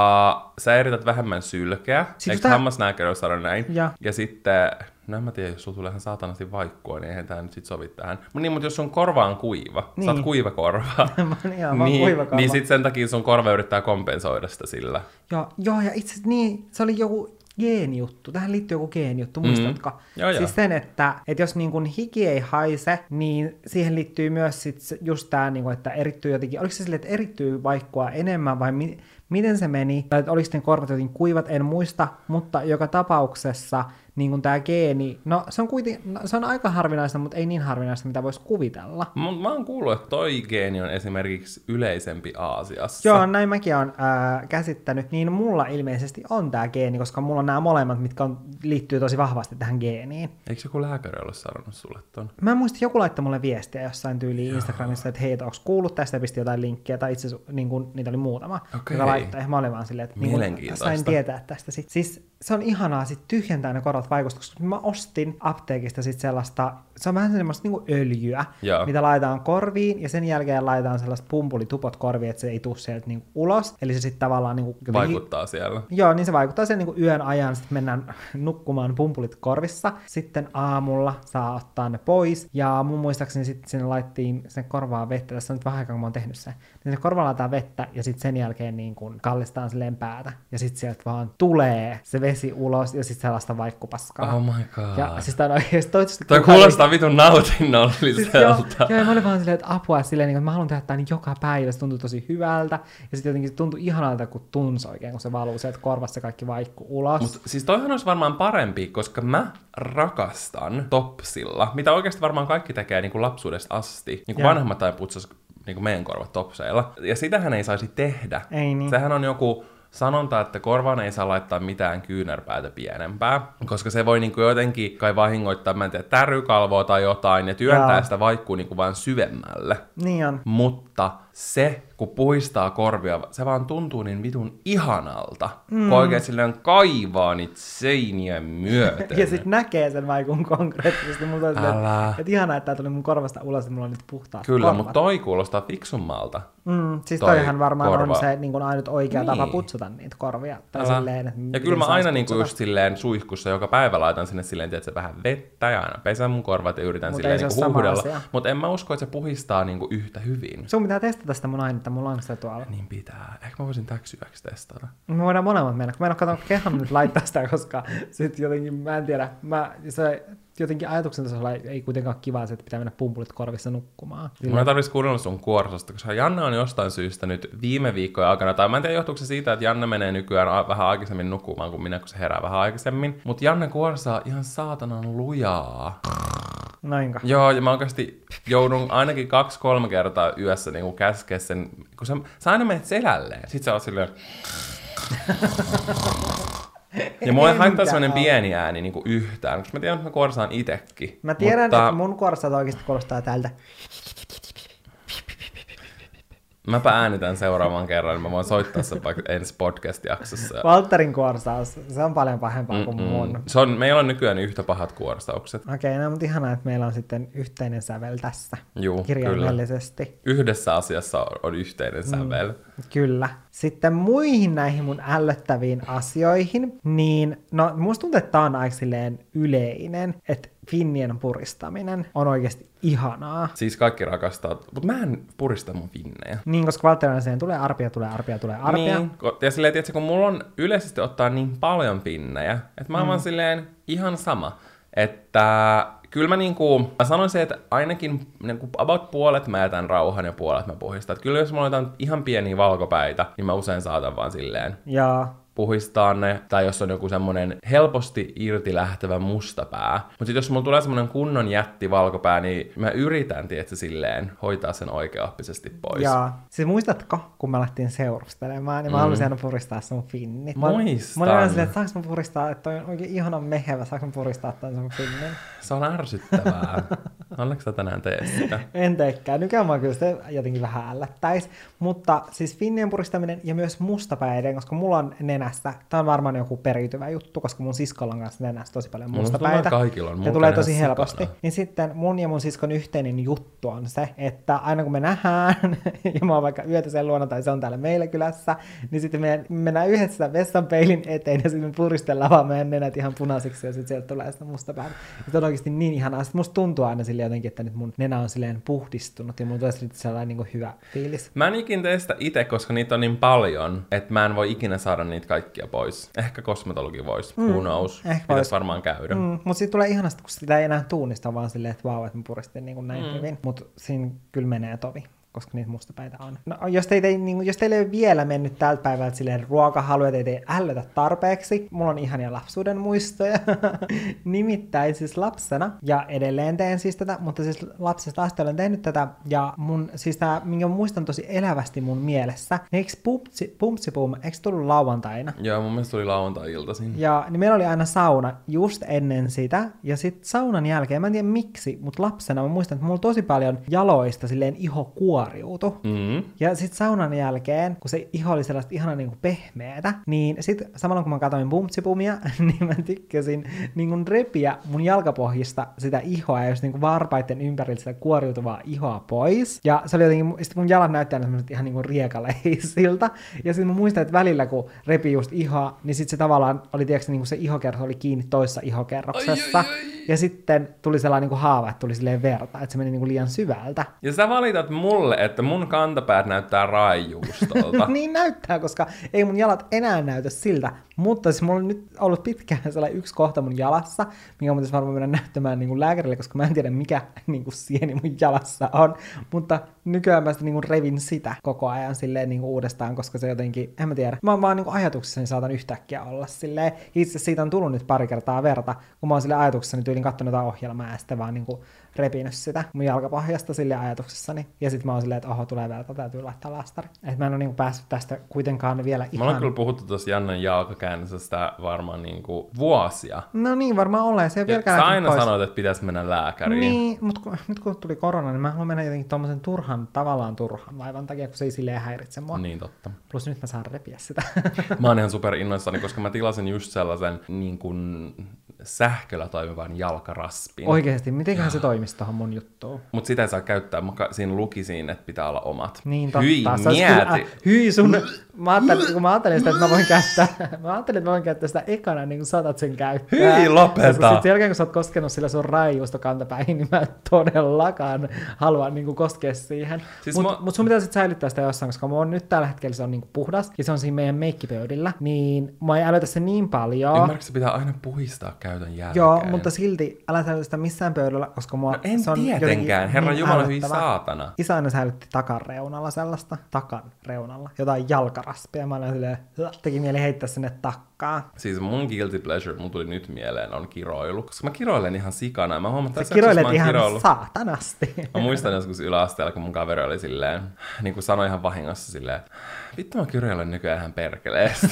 A: ja sä erität vähemmän sylkeä. Eikö tää... hammasnääkäri ole sanonut näin? Ja, ja sitten, no en mä tiedä, jos sulla tulee ihan saatanasti vaikkua, niin eihän tää nyt sit sovi tähän. Mut niin, mutta jos sun korva on kuiva, niin. Sä oot kuiva korva,
B: Joo,
A: niin,
B: kuiva korva.
A: Niin sit sen takia sun korva yrittää kompensoida sitä sillä.
B: Joo, joo ja itse niin, se oli joku geenijuttu. Tähän liittyy joku geenijuttu, muistatko? Mm-hmm. Joo, siis joo. sen, että, että jos niin kun hiki ei haise, niin siihen liittyy myös sit just tämä, niin kun, että erittyy jotenkin, oliko se silleen, että erittyy vaikkua enemmän vai mi- miten se meni? Tai oliko sitten korvat jotenkin kuivat, en muista, mutta joka tapauksessa niin kuin tämä geeni, no se on kuitenkin, no, se on aika harvinaista, mutta ei niin harvinaista, mitä voisi kuvitella.
A: Mä, mä oon kuullut, että toi geeni on esimerkiksi yleisempi Aasiassa.
B: Joo, näin mäkin oon äh, käsittänyt. Niin mulla ilmeisesti on tämä geeni, koska mulla on nämä molemmat, mitkä on, liittyy tosi vahvasti tähän geeniin.
A: Eikö joku lääkäri ole sanonut sulle ton?
B: Mä muistin, joku laittoi mulle viestiä jossain tyyliin Instagramissa, että hei, onko kuullut tästä ja pisti jotain linkkiä, tai itse asiassa niin kun, niitä oli muutama, okay. joka laittoi. Mä olin vaan silleen, että niin sain tietää tästä. Sit. Siis se on ihanaa sit tyhjentää ne korvat vaikusta, koska mä ostin apteekista sit sellaista, se on vähän semmoista niinku öljyä, Joo. mitä laitetaan korviin, ja sen jälkeen laitetaan sellaista pumpulitupot korviin, että se ei tule sieltä niinku ulos, eli se sitten tavallaan niinku...
A: Vaikuttaa siellä.
B: Joo, niin se vaikuttaa siellä niinku yön ajan, sitten mennään nukkumaan pumpulit korvissa, sitten aamulla saa ottaa ne pois, ja mun muistaakseni sitten sinne laittiin sen korvaan vettä, tässä on nyt vähän aikaa, kun mä oon tehnyt sen, niin se korvaan laitetaan vettä, ja sitten sen jälkeen niinku kallistaan silleen päätä, ja sitten sieltä vaan tulee se vesi ulos, ja sitten sellaista vaikkupaskaa.
A: Oh my god.
B: Ja siis tää on oikeesti toivottavasti...
A: Toi kuulostaa vitun nautinnolliselta. Siis joo,
B: joo, ja mä olin vaan silleen, että apua silleen, että mä haluan tehdä tää niin joka päivä, se tuntuu tosi hyvältä, ja sitten jotenkin se tuntui ihanalta, kun tunsi oikein, kun se valuu sieltä korvassa kaikki vaikku ulos. Mut
A: siis toihan olisi varmaan parempi, koska mä rakastan topsilla, mitä oikeasti varmaan kaikki tekee niin kuin lapsuudesta asti, niin kuin vanhemmat tai putsas niin kuin meidän korvat topseilla, ja sitähän ei saisi tehdä.
B: Ei niin.
A: Sehän on joku sanonta, että korvaan ei saa laittaa mitään kyynärpäätä pienempää, koska se voi niinku jotenkin kai vahingoittaa, mä en tiedä, tärykalvoa tai jotain, ja työntää Jaa. sitä vaikkuu niinku vaan syvemmälle.
B: Niin on.
A: Mutta se, kun puistaa korvia, se vaan tuntuu niin vitun ihanalta, mm. kun oikein silleen kaivaa niitä seiniä myöten.
B: Ja sit näkee sen vaikun konkreettisesti. Mulla on silleen, että ihanaa, että tää tuli mun korvasta ulos, ja mulla on nyt puhtaat
A: Kyllä,
B: korvat.
A: mutta toi kuulostaa fiksummalta.
B: Mm, siis toi toihan varmaan korva. on se niin kun ainut oikea niin. tapa putsuta niitä korvia. Tai silleen, että
A: ja kyllä mä aina niin just silleen suihkussa joka päivä laitan sinne silleen, että vähän vettä ja aina pesän mun korvat ja yritän Mut silleen niin huuhdella. Mutta en mä usko, että se puhistaa niin yhtä hyvin.
B: Sun pitää testata sitä mun ainetta, mulla on sitä tuolla.
A: Niin pitää. Ehkä mä voisin täksyväksi testata.
B: Me voidaan molemmat mennä, kun mä en ole katsonut kehän nyt laittaa sitä, koska sit jotenkin, mä en tiedä, mä, se jotenkin ajatuksen tasolla ei kuitenkaan kivaa se, että pitää mennä pumpulit korvissa nukkumaan.
A: Mä en tarvitsisi kuunnella sun kuorsasta, koska Janne on jostain syystä nyt viime viikkojen aikana, tai mä en tiedä johtuuko se siitä, että Janne menee nykyään vähän aikaisemmin nukkumaan kuin minä, kun se herää vähän aikaisemmin. Mutta Janne kuorsaa ihan saatanan lujaa.
B: Noinko?
A: Joo, ja mä oikeasti joudun ainakin kaksi-kolme kertaa yössä niin käskeä sen, kun sä, sä aina menet selälleen. Sit sä oot silleen... Ja mua ei haittaa sellainen pieni ääni niin kuin yhtään, koska mä tiedän, että mä korsaan itekin.
B: Mä tiedän, mutta... että mun korsaat oikeasti kuulostaa tältä.
A: Mäpä äänitän seuraavan kerran, niin mä voin soittaa sen vaikka ensi podcast-jaksossa.
B: Valtterin kuorsaus, se on paljon pahempaa Mm-mm. kuin mun.
A: Se on, meillä on nykyään yhtä pahat kuorsaukset.
B: Okei, okay, no mutta ihanaa, että meillä on sitten yhteinen sävel tässä.
A: Juu,
B: kirjaimellisesti.
A: Kyllä. Yhdessä asiassa on, on yhteinen sävel. Mm,
B: kyllä. Sitten muihin näihin mun ällöttäviin asioihin, niin no musta tuntuu, että tää on aika silleen yleinen, että finnien puristaminen on oikeasti ihanaa.
A: Siis kaikki rakastaa, mutta mä en purista mun finnejä.
B: Niin, koska Valtteri tulee arpia, tulee arpia, tulee arpia.
A: Niin, ja silleen, tiiätkö, kun mulla on yleisesti ottaa niin paljon finnejä, että mä oon mm. vaan silleen ihan sama, että kyllä mä niinku, mä sanoisin, että ainakin niinku about puolet mä jätän rauhan ja puolet mä puhistan. Että kyllä jos mulla on ihan pieniä valkopäitä, niin mä usein saatan vaan silleen.
B: Jaa.
A: Puhistaa ne, tai jos on joku semmonen helposti irti lähtevä mustapää. Mutta sit jos mulla tulee semmonen kunnon jätti valkopää, niin mä yritän, tietysti silleen, hoitaa sen oikeaoppisesti pois.
B: Jaa. Siis muistatko, kun mä lähtiin seurustelemaan, niin mä mm. halusin aina puristaa sun finnit.
A: Muistan.
B: Mä olin aina silleen, että saanko mä puristaa, että toi on oikein ihana mehevä, saanko mä puristaa ton sun finnin?
A: Se on ärsyttävää. Onneksi sä tänään tee sitä?
B: En teekään. Nykyään mä kyllä sitä jotenkin vähän ällättäis. Mutta siis finnien puristaminen ja myös mustapäiden, koska mulla on nenässä. Tämä on varmaan joku periytyvä juttu, koska mun siskolla on kanssa nenässä tosi paljon mustapäitä.
A: Kaikilla on.
B: Ja tulee tosi helposti. Niin sitten mun ja mun siskon yhteinen juttu on se, että aina kun me nähdään, ja mä oon vaikka yötä sen luona, tai se on täällä meillä kylässä, niin sitten me mennään yhdessä vessanpeilin eteen, ja sitten me puristellaan vaan meidän nenät ihan punaisiksi, ja sitten sieltä tulee sitä mustapäätä. Ja se on oikeasti niin ihanaa. Sitten musta tuntuu aina silleen jotenkin, että nyt mun nenä on silleen puhdistunut, ja mun tulee sitten sellainen niin kuin hyvä fiilis.
A: Mä en ikin tee sitä itse, koska niitä on niin paljon, että mä en voi ikinä saada niitä kaikkia pois. Ehkä kosmetologi voisi, mm, who knows, pitäisi varmaan käydä. Mm,
B: mutta siitä tulee ihanasti, kun sitä ei enää tuunista, vaan silleen, että vau, että mä puristin niin kuin näin mm. hyvin. Mutta siinä kyllä menee tovi, koska niitä mustapäitä on. No, jos, teitä ei, niin, jos teille ei ole vielä mennyt tältä päivältä silleen ruokahalu, ja teitä ei ällötä tarpeeksi, mulla on ihania lapsuuden muistoja. Nimittäin siis lapsena, ja edelleen teen siis tätä, mutta siis lapsesta asti olen tehnyt tätä, ja mun, siis tää, minkä muistan tosi elävästi mun mielessä, niin eikö Pumpsi, Pumpsi Pum, eikö tullut lauantaina?
A: Joo, mun mielestä tuli lauantai-iltaisin.
B: Ja niin meillä oli aina sauna just ennen sitä, ja sitten saunan jälkeen, mä en tiedä miksi, mutta lapsena mä muistan, että mulla oli tosi paljon jaloista silleen iho kuoriutu. Mm-hmm. Ja sitten saunan jälkeen, kun se iho oli sellaista ihana niinku pehmeätä, niin sitten samalla kun mä katsoin Bumtsipumia, niin mä tykkäsin niinku repiä mun jalkapohjista sitä ihoa, ja just niinku varpaiden ympäriltä sitä kuoriutuvaa ihoa pois. Ja se oli jotenkin, sit mun jalat näyttää semmoiset ihan niinku riekaleisilta. Ja sitten mä muistan, että välillä kun repi just ihoa, niin sitten se tavallaan oli, tiedätkö, niinku se ihokerros oli kiinni toissa ihokerroksessa. Ai, ai, ai. Ja sitten tuli sellainen niinku haava, että tuli silleen verta, että se meni niinku liian syvältä.
A: Ja sä valitat mulle, että mun kantapäät näyttää raijuustolta.
B: Niin näyttää, koska ei mun jalat enää näytä siltä. Mutta siis mulla on nyt ollut pitkään sellainen yksi kohta mun jalassa, minkä mun varmaan mennä näyttämään niin kuin lääkärille, koska mä en tiedä mikä niin kuin sieni mun jalassa on. Mutta nykyään mä sitten niin kuin revin sitä koko ajan silleen niin kuin uudestaan, koska se jotenkin, en mä tiedä. Mä oon vaan niin kuin ajatuksessani saatan yhtäkkiä olla silleen. Itse siitä on tullut nyt pari kertaa verta, kun mä oon silleen ajatuksessani tyyliin tyylin katsonut jotain ohjelmaa ja sitten vaan niinku repinyt sitä mun jalkapohjasta sille ajatuksessani. Ja sitten mä oon silleen, että oho, tulee verta, täytyy laittaa lastari. Että mä en ole niinku päässyt tästä kuitenkaan vielä ihan...
A: Mä ollaan kyllä puhuttu tuossa Jannen jalkakäännöstä varmaan niinku vuosia.
B: No niin, varmaan ollaan. Se ei
A: vieläkään sä aina pois. Sanoit, että pitäisi mennä lääkäriin.
B: Niin, mutta kun, nyt kun tuli korona, niin mä haluan mennä jotenkin tommosen turhan, tavallaan turhan vaivan takia, kun se ei silleen häiritse mua.
A: Niin totta.
B: Plus nyt mä saan repiä sitä.
A: Mä oon ihan super innoissani, koska mä tilasin just sellaisen niin kuin sähköllä toimivan jalkaraspin.
B: Oikeesti, mitenköhän se toimisi tohon mun juttuun?
A: Mut sitä ei saa käyttää, mä siinä luki siinä, että pitää olla omat.
B: Niin totta.
A: Hyi, mieti!
B: Hyi sun... Mä ajattelin, kun mä ajattelin sitä, että mä voin käyttää, mä ajattelin, että mä voin käyttää sitä ekana, niin kun saatat sen käyttää.
A: Hyi, lopeta!
B: Koska sit sen jälkeen, kun sä oot koskenut sillä sun raijuustokantapäihin, niin mä todellakaan haluan niin koskea siihen. Siis Mutta mä... mut sun pitää sit säilyttää sitä jossain, koska mä oon nyt tällä hetkellä se on niin puhdas, ja se on siinä meidän meikkipöydillä, niin mä en älytä se niin paljon.
A: Ymmärrätkö, se pitää aina puhistaa käytön jälkeen?
B: Joo, mutta silti älä säilytä sitä missään pöydällä, koska mua...
A: No en
B: se on
A: tietenkään, herran niin jumala, hyi saatana.
B: Isä aina säilytti takan reunalla sellaista, takan reunalla, jotain jalkaraspia. Mä olin silleen, teki mieli heittää sinne takkaa.
A: Siis mun guilty pleasure, mun tuli nyt mieleen, on kiroilu. Koska mä kiroilen ihan sikana. Mä huomaan,
B: että sä kiroilet ihan kiroillut. Saatanasti.
A: Mä muistan joskus yläasteella, kun mun kaveri oli silleen, niin kuin sanoi ihan vahingossa silleen, vittu mä kiroilen nykyään ihan perkeleesti.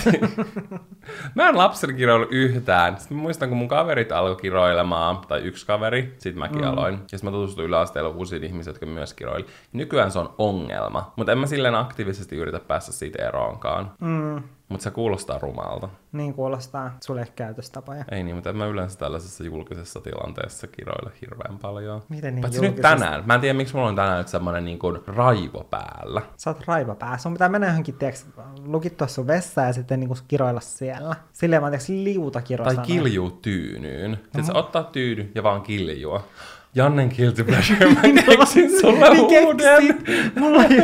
A: Mä en lapsena kiroilu yhtään. Sitten mä muistan, kun mun kaverit alkoi kiroilemaan, tai yksi kaveri, sit mäkin mm. aloin. Ja sitten mä tutustuin yläasteella uusiin ihmisiin, jotka myös kiroili. Nykyään se on ongelma. Mutta en mä silleen aktiivisesti yritä päästä siitä eroonkaan.
B: Mm.
A: Mutta se kuulostaa rumalta.
B: Niin kuulostaa. Sulle ei käytöstapoja.
A: Ei niin, mutta en mä yleensä tällaisessa julkisessa tilanteessa kiroile hirveän paljon.
B: Miten niin
A: Paitsi julkisessa... nyt tänään. Mä en tiedä, miksi mulla on tänään nyt semmonen niin kuin raivo päällä.
B: Sä oot raivo päällä. Sun pitää mennä johonkin, tiiäks, lukittua sun vessaan ja sitten niin kuin kiroilla siellä. Silleen mä tiiäks liuta kirosana.
A: Tai kiljuu tyynyyn. No. Sitten sä ottaa tyyny ja vaan kiljua. Jannen guilty pleasure, mä keksin sulle uuden.
B: Mulla ei...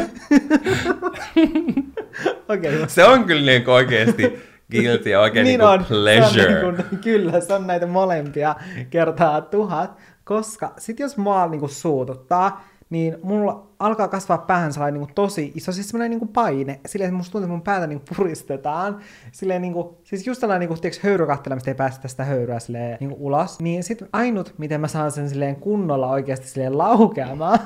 B: Okay,
A: se on kyllä niin oikeesti guilty ja oikein niin niin pleasure.
B: Se on niin kuin, kyllä, se on näitä molempia kertaa tuhat, koska sit jos mua niin kuin suututtaa, niin mulla alkaa kasvaa päähän sellainen niin kuin tosi iso, siis semmoinen niin kuin paine, silleen, että musta tuntuu, että mun päätä niin kuin puristetaan, silleen niin kuin, siis just tällainen niin kuin, tiiäks, höyrykattele, mistä ei päästä sitä höyryä silleen niin kuin ulos, niin sit ainut, miten mä saan sen silleen kunnolla oikeasti silleen laukeamaan,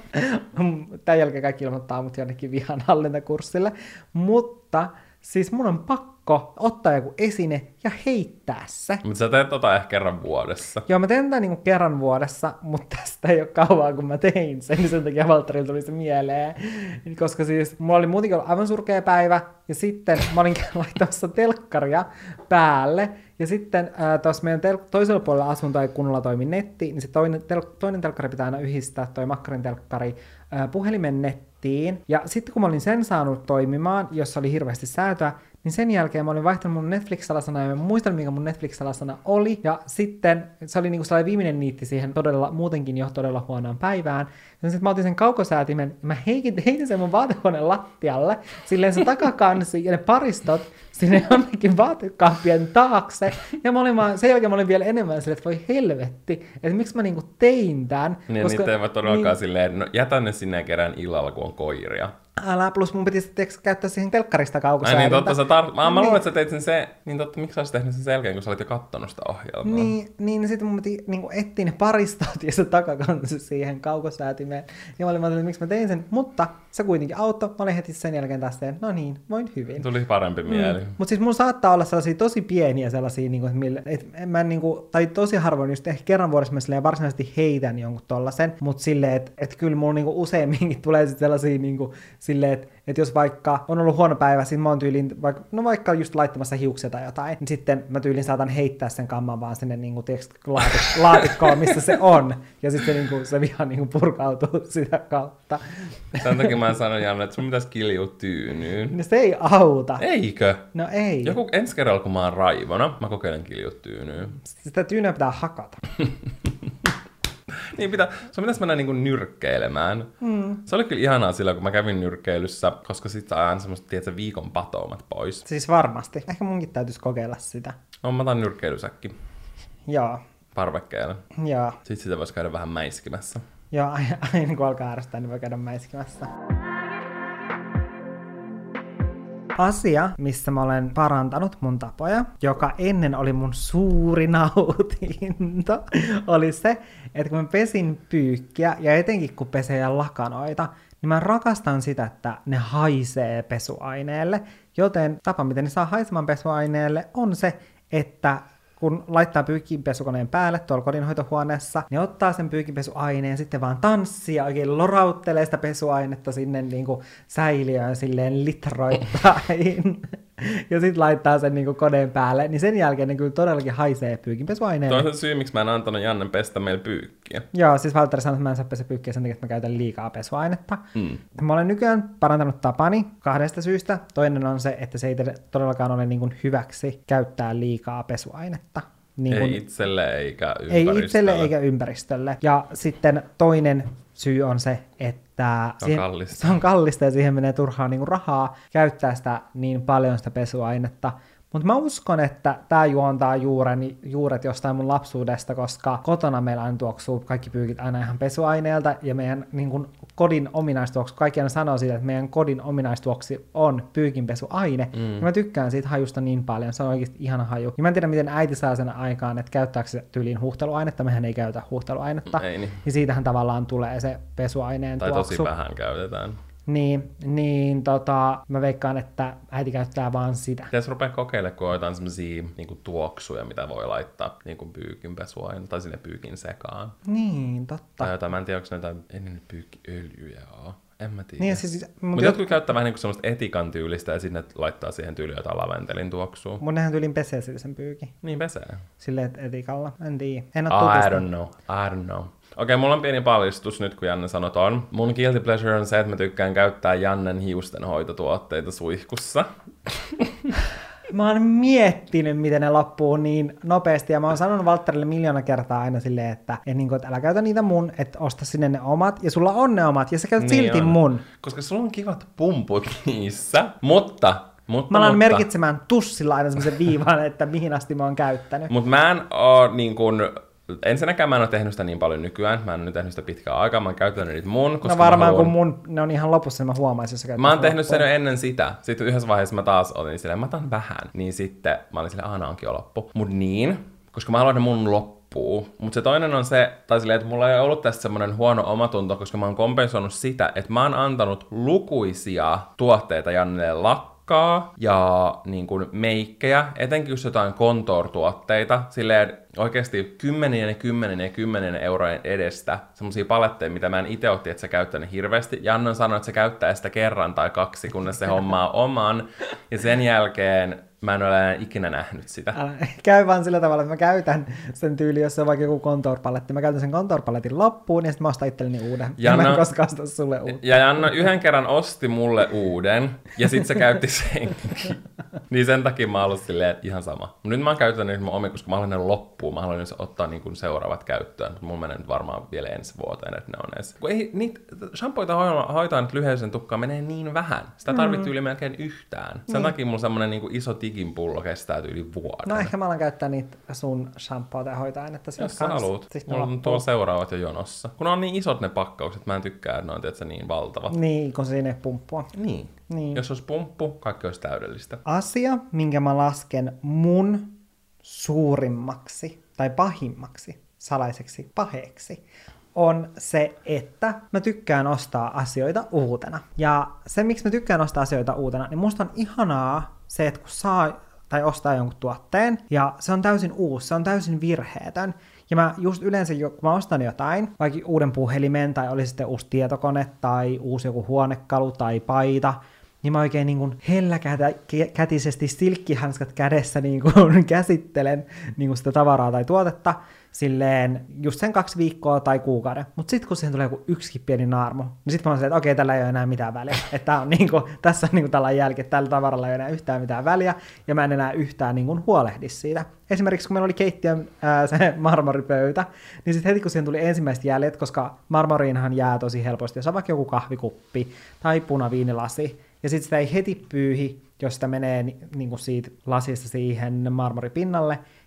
B: tämän jälkeen kaikki ilmoittaa mut jonnekin vihanhallintakurssille, mutta siis mun on pakko ottaa joku esine ja heittää se.
A: Mutta sä teet tota ehkä kerran vuodessa.
B: Joo, mä teen tätä niinku kerran vuodessa, mutta tästä ei ole kauan, kun mä tein sen, niin sen takia Valtterilla tuli se mieleen. Koska siis mulla oli muutenkin ollut aivan surkea päivä, ja sitten mä olin laittamassa telkkaria päälle, ja sitten äh, tuossa meidän tel- toisella puolella asuntoa ei kunnolla toimi netti, niin se toinen, tel- toinen telkkari pitää aina yhdistää, toi makkarin telkkari, äh, puhelimen nettiin. Ja sitten kun mä olin sen saanut toimimaan, jossa oli hirveästi säätöä, niin sen jälkeen mä olin vaihtanut mun Netflix-salasana, ja mä muistan, mikä mun Netflix-salasana oli, ja sitten se oli niinku sellainen viimeinen niitti siihen todella, muutenkin jo todella huonoon päivään, ja sitten mä otin sen kaukosäätimen, ja mä heitin, heitin sen mun vaatehuoneen lattialle, silleen se takakansi ja ne paristot sinne jonnekin vaatekaappien taakse, ja mä olin vaan, sen jälkeen mä olin vielä enemmän silleen, että voi helvetti, että miksi mä niinku tein tämän.
A: Niin, koska, niitä ei voi todellakaan niin, silleen, no jätän ne sinne kerran illalla, kun on koiria.
B: Älä, plus mun piti sitten käyttää siihen telkkarista kaukosäädintä.
A: Ai niin, totta, sä tar... mä, mä niin. luulen, että sä teit sen se, niin totta, miksi sä olisit tehnyt sen selkeän, kun sä olit jo kattonut sitä ohjelmaa?
B: Niin, niin, niin sitten mun piti niin etsiä ne paristot ja se takakansi siihen kaukosäätimeen. Ja mä olin että miksi mä tein sen, mutta se kuitenkin auttoi. Mä olin heti sen jälkeen tästä, että no niin, voin hyvin.
A: Tuli parempi mieli. Mm.
B: Mutta siis mun saattaa olla sellaisia tosi pieniä sellaisia, niin kuin, että, että mä niin kuin, tai tosi harvoin just ehkä kerran vuodessa mä varsinaisesti heitän jonkun tollasen, mutta silleen, että, että kyllä mulla niin useimminkin tulee sitten sellaisia niin kuin, silleen, että, että jos vaikka on ollut huono päivä, sit mä oon tyylin, vaikka, no vaikka just laittamassa hiuksia tai jotain, niin sitten mä tyylin saatan heittää sen kamman vaan sinne niin kuin, tiiäks, laatik- laatikkoon, missä se on. Ja sitten niin kuin, se viha niin kuin, purkautuu sitä kautta.
A: Tämän takia mä sanon, Janne, että sun pitäisi kiljua tyynyyn.
B: No se ei auta.
A: Eikö?
B: No ei.
A: Joku ensi kerralla, kun mä oon raivona, mä kokeilen kiljua tyynyyn.
B: Sitä tyynyä pitää hakata.
A: Niin pitää, se pitäisi mennä niinku nyrkkeilemään. Mm. Se oli kyllä ihanaa silloin, kun mä kävin nyrkkeilyssä, koska sit saa aina semmoista, tiedätkö, viikon patoumat pois.
B: Siis varmasti. Ehkä munkin täytyisi kokeilla sitä.
A: No, mä otan nyrkkeilysäkki.
B: Joo.
A: Parvekkeelle.
B: Joo.
A: Sitten sitä voisi käydä vähän mäiskimässä.
B: Joo, aina kun alkaa ärsyttää, niin voi käydä mäiskimässä. Asia, missä mä olen parantanut mun tapoja, joka ennen oli mun suuri nautinto, oli se, että kun mä pesin pyykkiä, ja etenkin kun pesee lakanoita, niin mä rakastan sitä, että ne haisee pesuaineelle, joten tapa, miten ne saa haisemaan pesuaineelle, on se, että kun laittaa pyykinpesukoneen päälle tuolla kodinhoitohuoneessa, niin ottaa sen pyykinpesuaineen, sitten vaan tanssii ja oikein lorauttelee sitä pesuainetta sinne niin kuin säiliöön silleen litroittain. Ja sitten laittaa sen niin kuin koneen päälle, niin sen jälkeen ne kyllä todellakin haisee pyykinpesuaineelle.
A: Tuo on se syy, miksi mä en antanut Jannen pestä meillä pyykkiä.
B: Joo, siis Valtteri sanoi, että mä en saa pestä pyykkiä sen takia, että mä käytän liikaa pesuainetta. Mm. Mä olen nykyään parantanut tapani kahdesta syystä. Toinen on se, että se ei todellakaan ole niin kuin hyväksi käyttää liikaa pesuainetta. Niin kun,
A: ei itselle eikä ympäristölle.
B: Ei itselle eikä ympäristölle. Ja sitten toinen syy on se, että
A: se on, siihen,
B: se on kallista ja siihen menee turhaan niin kuin rahaa käyttää sitä niin paljon sitä pesuainetta. Mutta mä uskon, että tämä juontaa juuren, juuret jostain mun lapsuudesta, koska kotona meillä aina tuoksuu kaikki pyykit aina ihan pesuaineelta, ja meidän niin kun, kodin ominaistuoksu, kaikki aina sanoo siitä, että meidän kodin ominaistuoksi on pyykinpesuaine, mm. ja mä tykkään siitä hajusta niin paljon, se on oikeasti ihana haju. Ja mä en tiedä, miten äiti saa sen aikaan, että käyttääkö se tyyliin huuhteluainetta, mehän ei käytä huuhteluainetta,
A: ei niin.
B: Ja siitähän tavallaan tulee se pesuaineen
A: tai
B: tuoksu.
A: Tai tosi vähän käytetään.
B: Niin, niin tota, mä veikkaan, että äiti käyttää vaan sitä.
A: Pitäisi rupea kokeilemaan, kun on jotain semmosia niinku tuoksuja, mitä voi laittaa niinku pyykinpesuaine tai sinne pyykin sekaan.
B: Niin, totta.
A: Tai jotain, mä en tiedä, onko ne jotain, ei ne pyykkiöljyjä oo. En mä tiedä.
B: Niin, siis,
A: mutta mut jotkut käyttää vähän niinku semmoista etikan tyylistä ja sitten laittaa siihen tyyliin jotain laventelin tuoksua.
B: Mun nehän tyylin pesee sitten sen pyykin.
A: Niin pesee.
B: Silleen, että etikalla. En tiedä. En
A: oo oh, I don't know. I don't know. Okei, mulla on pieni paljastus nyt, kun Janne sanoi ton. Mun guilty pleasure on se, että mä tykkään käyttää Jannen hiustenhoitotuotteita suihkussa.
B: Mä oon miettinyt, miten ne loppuu niin nopeasti, ja mä oon sanonut Valtterille miljoona kertaa aina silleen, että, et niin kuin, että älä käytä niitä mun, että osta sinne ne omat, ja sulla on ne omat, ja sä käytät niin silti on. Mun.
A: Koska sulla on kivat pumput niissä, mutta... Mutta,
B: mä alan
A: mutta,
B: merkitsemään tussilla aina semmoisen viivan, että mihin asti mä oon käyttänyt.
A: Mutta mä en oo niin kuin... Ensinnäkään mä en ole tehnyt sitä niin paljon nykyään. Mä en ole tehnyt sitä pitkään aikaa. Mä oon käyttänyt niitä mun. Koska
B: no varmaan
A: haluan...
B: kun mun ne on ihan lopussa, niin mä huomaisin, jos sä käytät.
A: Mä oon tehnyt loppuun. Sen jo ennen sitä. Sitten yhdessä vaiheessa mä taas olin silleen, mä otan vähän. Niin sitten mä olin silleen, aina onkin jo loppu. Mut niin, koska mä haluan ne mun loppuu. Mut se toinen on se, tai silleen, että mulla ei ollut tästä semmonen huono omatunto, koska mä oon kompensoinut sitä, että mä oon antanut lukuisia tuotteita Jannelle lakkaan. Ja niin kuin meikkejä, etenkin just jotain contour-tuotteita, silleen oikeasti kymmenien ja kymmenien ja kymmenien eurojen edestä semmosia paletteja, mitä mä en itse otti, että sä käyttänyt hirveästi. Janna sanoi, että se käyttää sitä kerran tai kaksi, kunnes se hommaa oman. Ja sen jälkeen mä en ole enää ikinä nähnyt sitä.
B: Älä, käy vaan sillä tavalla, että mä käytän sen tyyli, jos se on vaikka joku contour-paletti. Mä käytän sen contour-paletin loppuun ja sitten mä ostan itselleni uuden. Janna, mä en koskaan osta sulle uuden.
A: Ja Janna yhden kerran osti mulle uuden ja sitten se käytti senkin. Niin sen takia mä oon silleen ihan sama. Nyt mä oon käyttänyt mun omi, koska mä haluan ne loppuun. Mä haluan ottaa niin kuin seuraavat käyttöön. Mulla menee nyt varmaan vielä ensi vuoteen, että ne on edes. Kun ei niitä shampoita hoitaa nyt lyhyisen tukkaan menee niin vähän. Sitä tarvitsee mm. yli melkein yhtään. Sen mm. takia mulla semmonen niin kuin iso tigin pullo kestää yli vuoden.
B: No ehkä mä alan käyttää niitä sun shampoita ja hoitoainetta.
A: Jos sä haluut. Mulla on tuolla seuraavat jo jonossa. Kun on niin isot ne pakkaukset, mä en tykkää, että ne on tietysti niin valtavat.
B: Niin, kun siinä ei pumppua.
A: Niin. niin. Jos olisi pumppu, kaikki olisi täydellistä.
B: Asia, minkä mä lasken mun suurimmaksi tai pahimmaksi salaiseksi paheeksi, on se, että mä tykkään ostaa asioita uutena. Ja se, miksi mä tykkään ostaa asioita uutena, niin musta on ihanaa se, että kun saa tai ostaa jonkun tuotteen, ja se on täysin uusi, se on täysin virheetön. Ja mä just yleensä, kun mä ostan jotain, vaikka uuden puhelimen, tai oli sitten uusi tietokone, tai uusi joku huonekalu, tai paita, niin mä oikein niin kuin helläkätisesti silkkihanskat kädessä niin kuin käsittelen niin kuin sitä tavaraa tai tuotetta silleen just sen kaksi viikkoa tai kuukauden. Mutta sitten kun siihen tulee joku yksikin pieni naarmu, niin sitten mä oon silleen, että okei, tällä ei ole enää mitään väliä. Että on niin kuin, tässä on niin kuin tällainen jälki, että tällä tavaralla ei ole enää yhtään mitään väliä, ja mä en enää yhtään niin kuin huolehdi siitä. Esimerkiksi kun meillä oli keittiön ää, se marmoripöytä, niin sitten heti kun siihen tuli ensimmäiset jäljet, koska marmoriinhan jää tosi helposti, jos on vaikka joku kahvikuppi tai punaviinilasi, ja sitten sitä ei heti pyyhi, jos sitä menee ni- niin kuin siitä lasista siihen marmoripinnalle,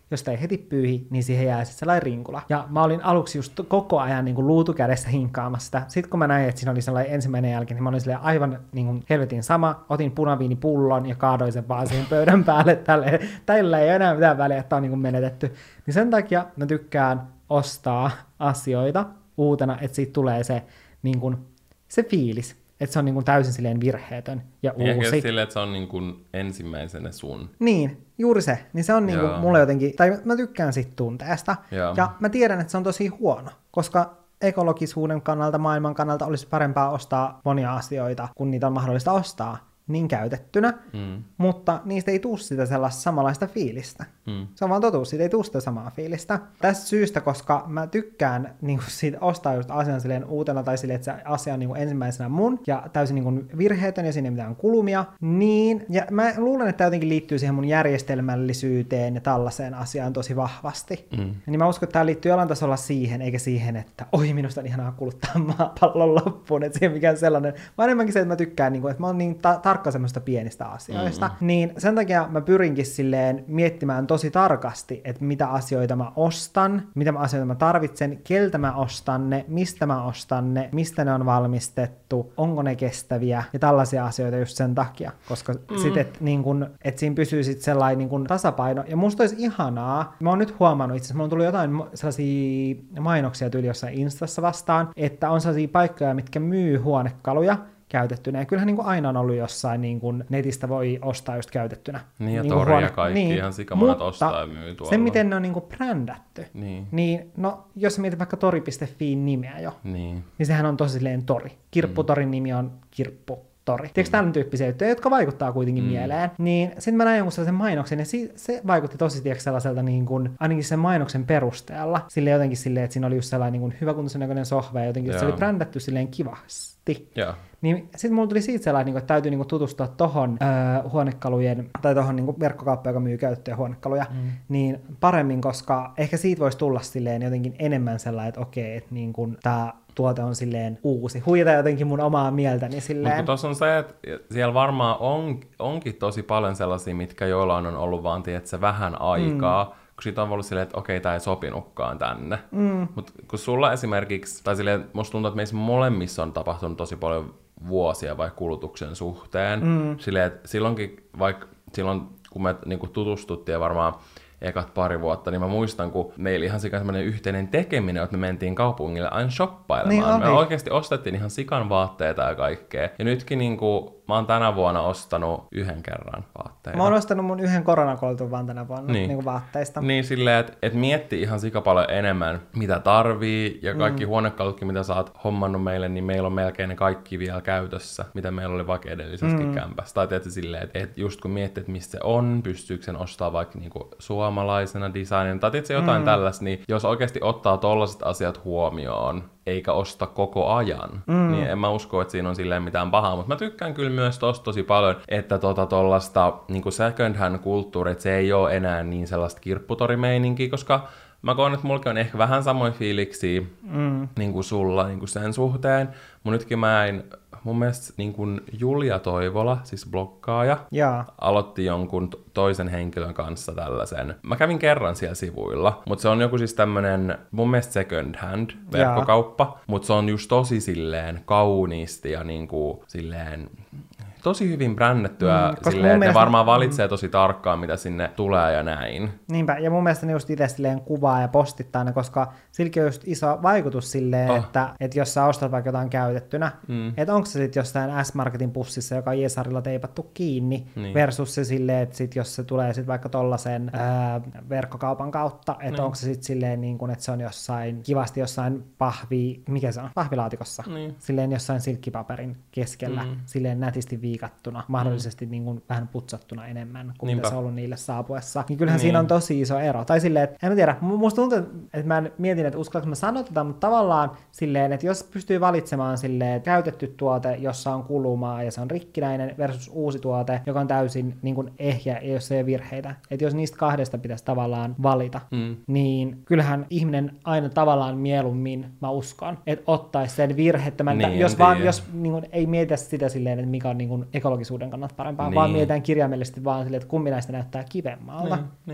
B: jos sitä ei heti pyyhi, niin siihen jää sitten sellainen rinkula. Ja mä olin aluksi just koko ajan niin kuin luutukädessä hinkkaamassa sitä. Sitten kun mä näin, että siinä oli sellainen ensimmäinen jälki, niin mä olin silleen aivan niin kuin helvetin sama. Otin punaviinipullon ja kaadoin sen vaan siihen pöydän päälle. Tälle, tällä ei ole enää mitään väliä, että on niin kuin menetetty. Niin sen takia mä tykkään ostaa asioita uutena, että siitä tulee se, niin kuin, se fiilis. Että se on niin kuin täysin silleen virheetön ja uusi.
A: Eikä silleen, että se on niin kuin ensimmäisenä sun.
B: Niin, juuri se. Niin se on niin kuin mulle jotenkin, tai mä tykkään siitä tunteesta. Joo. Ja mä tiedän, että se on tosi huono, koska ekologisuuden kannalta, maailman kannalta olisi parempaa ostaa monia asioita, kun niitä on mahdollista ostaa niin käytettynä, mm. mutta niistä ei tule sitä sellaista samanlaista fiilistä. Mm. Se on vaan totuus, siitä ei tule sitä samaa fiilistä. Tästä syystä, koska mä tykkään niin kuin siitä ostaa just asian silleen uutena, tai silleen, että se asia on niin kuin ensimmäisenä mun, ja täysin niin kuin virheetön, ja siinä ei mitään kulumia, niin, ja mä luulen, että tämä jotenkin liittyy siihen mun järjestelmällisyyteen ja tällaiseen asiaan tosi vahvasti. Mm. Niin mä uskon, että tämä liittyy jollain tasolla siihen, eikä siihen, että oi, minusta on ihanaa kuluttaa maapallon loppuun, että siihen mikään sellainen, vaan enemmänkin se, että mä tykkään, niin kuin, että mä oon niin ta- tarkka semmoista pienistä asioista. Mm-hmm. Niin sen takia mä pyrinkin silleen miettimään tosi tarkasti, että mitä asioita mä ostan, mitä asioita mä tarvitsen, keltä mä ostan ne, mistä mä ostan ne, mistä ne on valmistettu, onko ne kestäviä ja tällaisia asioita just sen takia, koska mm. sit, et, niin kun, et siinä pysyy sit sellainen niin kun tasapaino. Ja musta olisi ihanaa, mä oon nyt huomannut itse asiassa, mulla on tullut jotain sellaisia mainoksia tyyli jossain Instassa vastaan, että on sellaisia paikkoja, mitkä myy huonekaluja käytettynä. Ja kyllähän niin kuin aina on ollut jossain, niin kuin netistä voi ostaa just käytettynä.
A: Niin ja
B: niin
A: tori
B: huone-
A: ja kaikki,
B: niin,
A: ihan sikamonet ostaa ja myy tuolla.
B: Se, miten ne on niin kuin brändätty,
A: niin.
B: niin no, jos sä mietit vaikka tori piste fiin nimeä jo,
A: niin.
B: niin sehän on tosi silleen tori. Kirpputorin mm. nimi on Kirppu. Tori. Tiedätkö tämän tyyppisiä juttuja, jotka vaikuttaa kuitenkin mm. mieleen? Niin sitten mä näin jonkun sellaisen mainoksen, ja si- se vaikutti tosi tiedätkö, sellaiselta niin kuin, ainakin sen mainoksen perusteella. Silleen jotenkin silleen, että siinä oli just sellainen niin kuin hyväkuntoisen näköinen sohva, ja jotenkin yeah. se oli brändätty silleen kivasti. Yeah. Niin sitten mulla tuli siitä sellainen, että täytyy niinku tutustua tohon öö, huonekalujen, tai tohon niinku verkkokauppaan, joka myy käyttöjä huonekaluja, mm. niin paremmin, koska ehkä siitä voisi tulla silleen jotenkin enemmän sellainen, että okei, että niinku tää tuote on silleen uusi. Huijata jotenkin mun omaa mieltäni silleen.
A: Mutta tuossa on se, että siellä varmaan on, onkin tosi paljon sellaisia, mitkä joillain on ollut vaan, tiedätkö, vähän aikaa, mm. kun siitä on ollut silleen, että okei, tää ei sopinutkaan tänne. Mm. Mutta kun sulla esimerkiksi, tai silleen, musta tuntuu, että meissä molemmissa on tapahtunut tosi paljon vuosia vaikka kulutuksen suhteen. Mm. Silleen, että silloinkin, vaikka silloin kun me niinku tutustuttiin varmaan ekat pari vuotta, niin mä muistan, kun meillä ihan sikan semmoinen yhteinen tekeminen, että me mentiin kaupungille aina shoppailemaan. Niin, me oikeasti ostettiin ihan sikan vaatteita ja kaikkea. Ja nytkin niinku, mä oon tänä vuonna ostanut yhden kerran vaatteita.
B: Mä oon ostanut mun yhden koronakoltun vaan tänä vuonna niin. Niin vaatteista.
A: Niin silleen, että et miettii ihan sika paljon enemmän, mitä tarvii, ja kaikki mm. huonekalutkin, mitä sä oot hommannut meille, niin meillä on melkein ne kaikki vielä käytössä, mitä meillä oli vaikka edellisessäkin mm. kämpässä. Tai tietysti silleen, että et just kun miettii, että mistä se on, pystyykö sen ostaa vaikka niinku suomalaisena designina, tai tietysti jotain mm. tällaista, niin jos oikeasti ottaa tollaiset asiat huomioon, eikä osta koko ajan, mm. niin en mä usko, että siinä on silleen mitään pahaa, mutta mä tykkään kyllä myös tosta tosi paljon, että tota tollasta niinku second hand kulttuuri, että se ei ole enää niin sellaista kirpputorimeininkiä, koska mä koen, että mullakin on ehkä vähän samoin fiiliksiä mm. niin kuin sulla niin kuin sen suhteen, mun nytkin mä en, mun mielestä niin kuin Julia Toivola, siis bloggaaja, ja. aloitti jonkun toisen henkilön kanssa tällaisen. Mä kävin kerran siellä sivuilla, mutta se on joku siis tämmönen mun mielestä second hand verkkokauppa, mutta se on just tosi silleen kauniisti ja niin kuin silleen tosi hyvin brännettyä, mm, silleen, että ne varmaan valitsee tosi tarkkaan, mitä sinne tulee ja näin.
B: Niinpä, ja mun mielestä ne just itse silleen kuvaa ja postittaa ne, koska silläkin on just iso vaikutus silleen, oh. että, että jos sä ostat vaikka jotain käytettynä, mm. että onko se sitten jostain S-Marketin pussissa, joka on Jesarilla teipattu kiinni, niin. versus se silleen, että sit jos se tulee sit vaikka tollasen ää, verkkokaupan kautta, että niin. onko se sitten silleen, niin kun, että se on jossain kivasti jossain pahvi, mikä se on, pahvilaatikossa, niin. silleen jossain silkkipaperin keskellä, mm. silleen nätisti viikattuna, mahdollisesti mm. niin kuin vähän putsattuna enemmän kuin Niinpä. mitä se on ollut niille saapuessa. Niin kyllähän niin. siinä on tosi iso ero. Tai silleen, että en mä tiedä, musta tuntuu, että mä mietin, että uskallanko mä sanoa tätä, mutta tavallaan silleen, että jos pystyy valitsemaan silleen, että käytetty tuote, jossa on kulumaa ja se on rikkinäinen versus uusi tuote, joka on täysin niin kuin ehjä ja jos ei ole virheitä. Että jos niistä kahdesta pitäisi tavallaan valita, mm. niin kyllähän ihminen aina tavallaan mieluummin, mä uskon, että ottaisi sen virheettömän, niin, jos vaan, jos niin kuin, ei mietitä sitä silleen, että mikä on niin kuin ekologisuuden kannalta parempaa, niin. vaan mietitään kirjaimellisesti vaan silleen, että kumpi näistä näyttää kivemmalta. Niin, niin.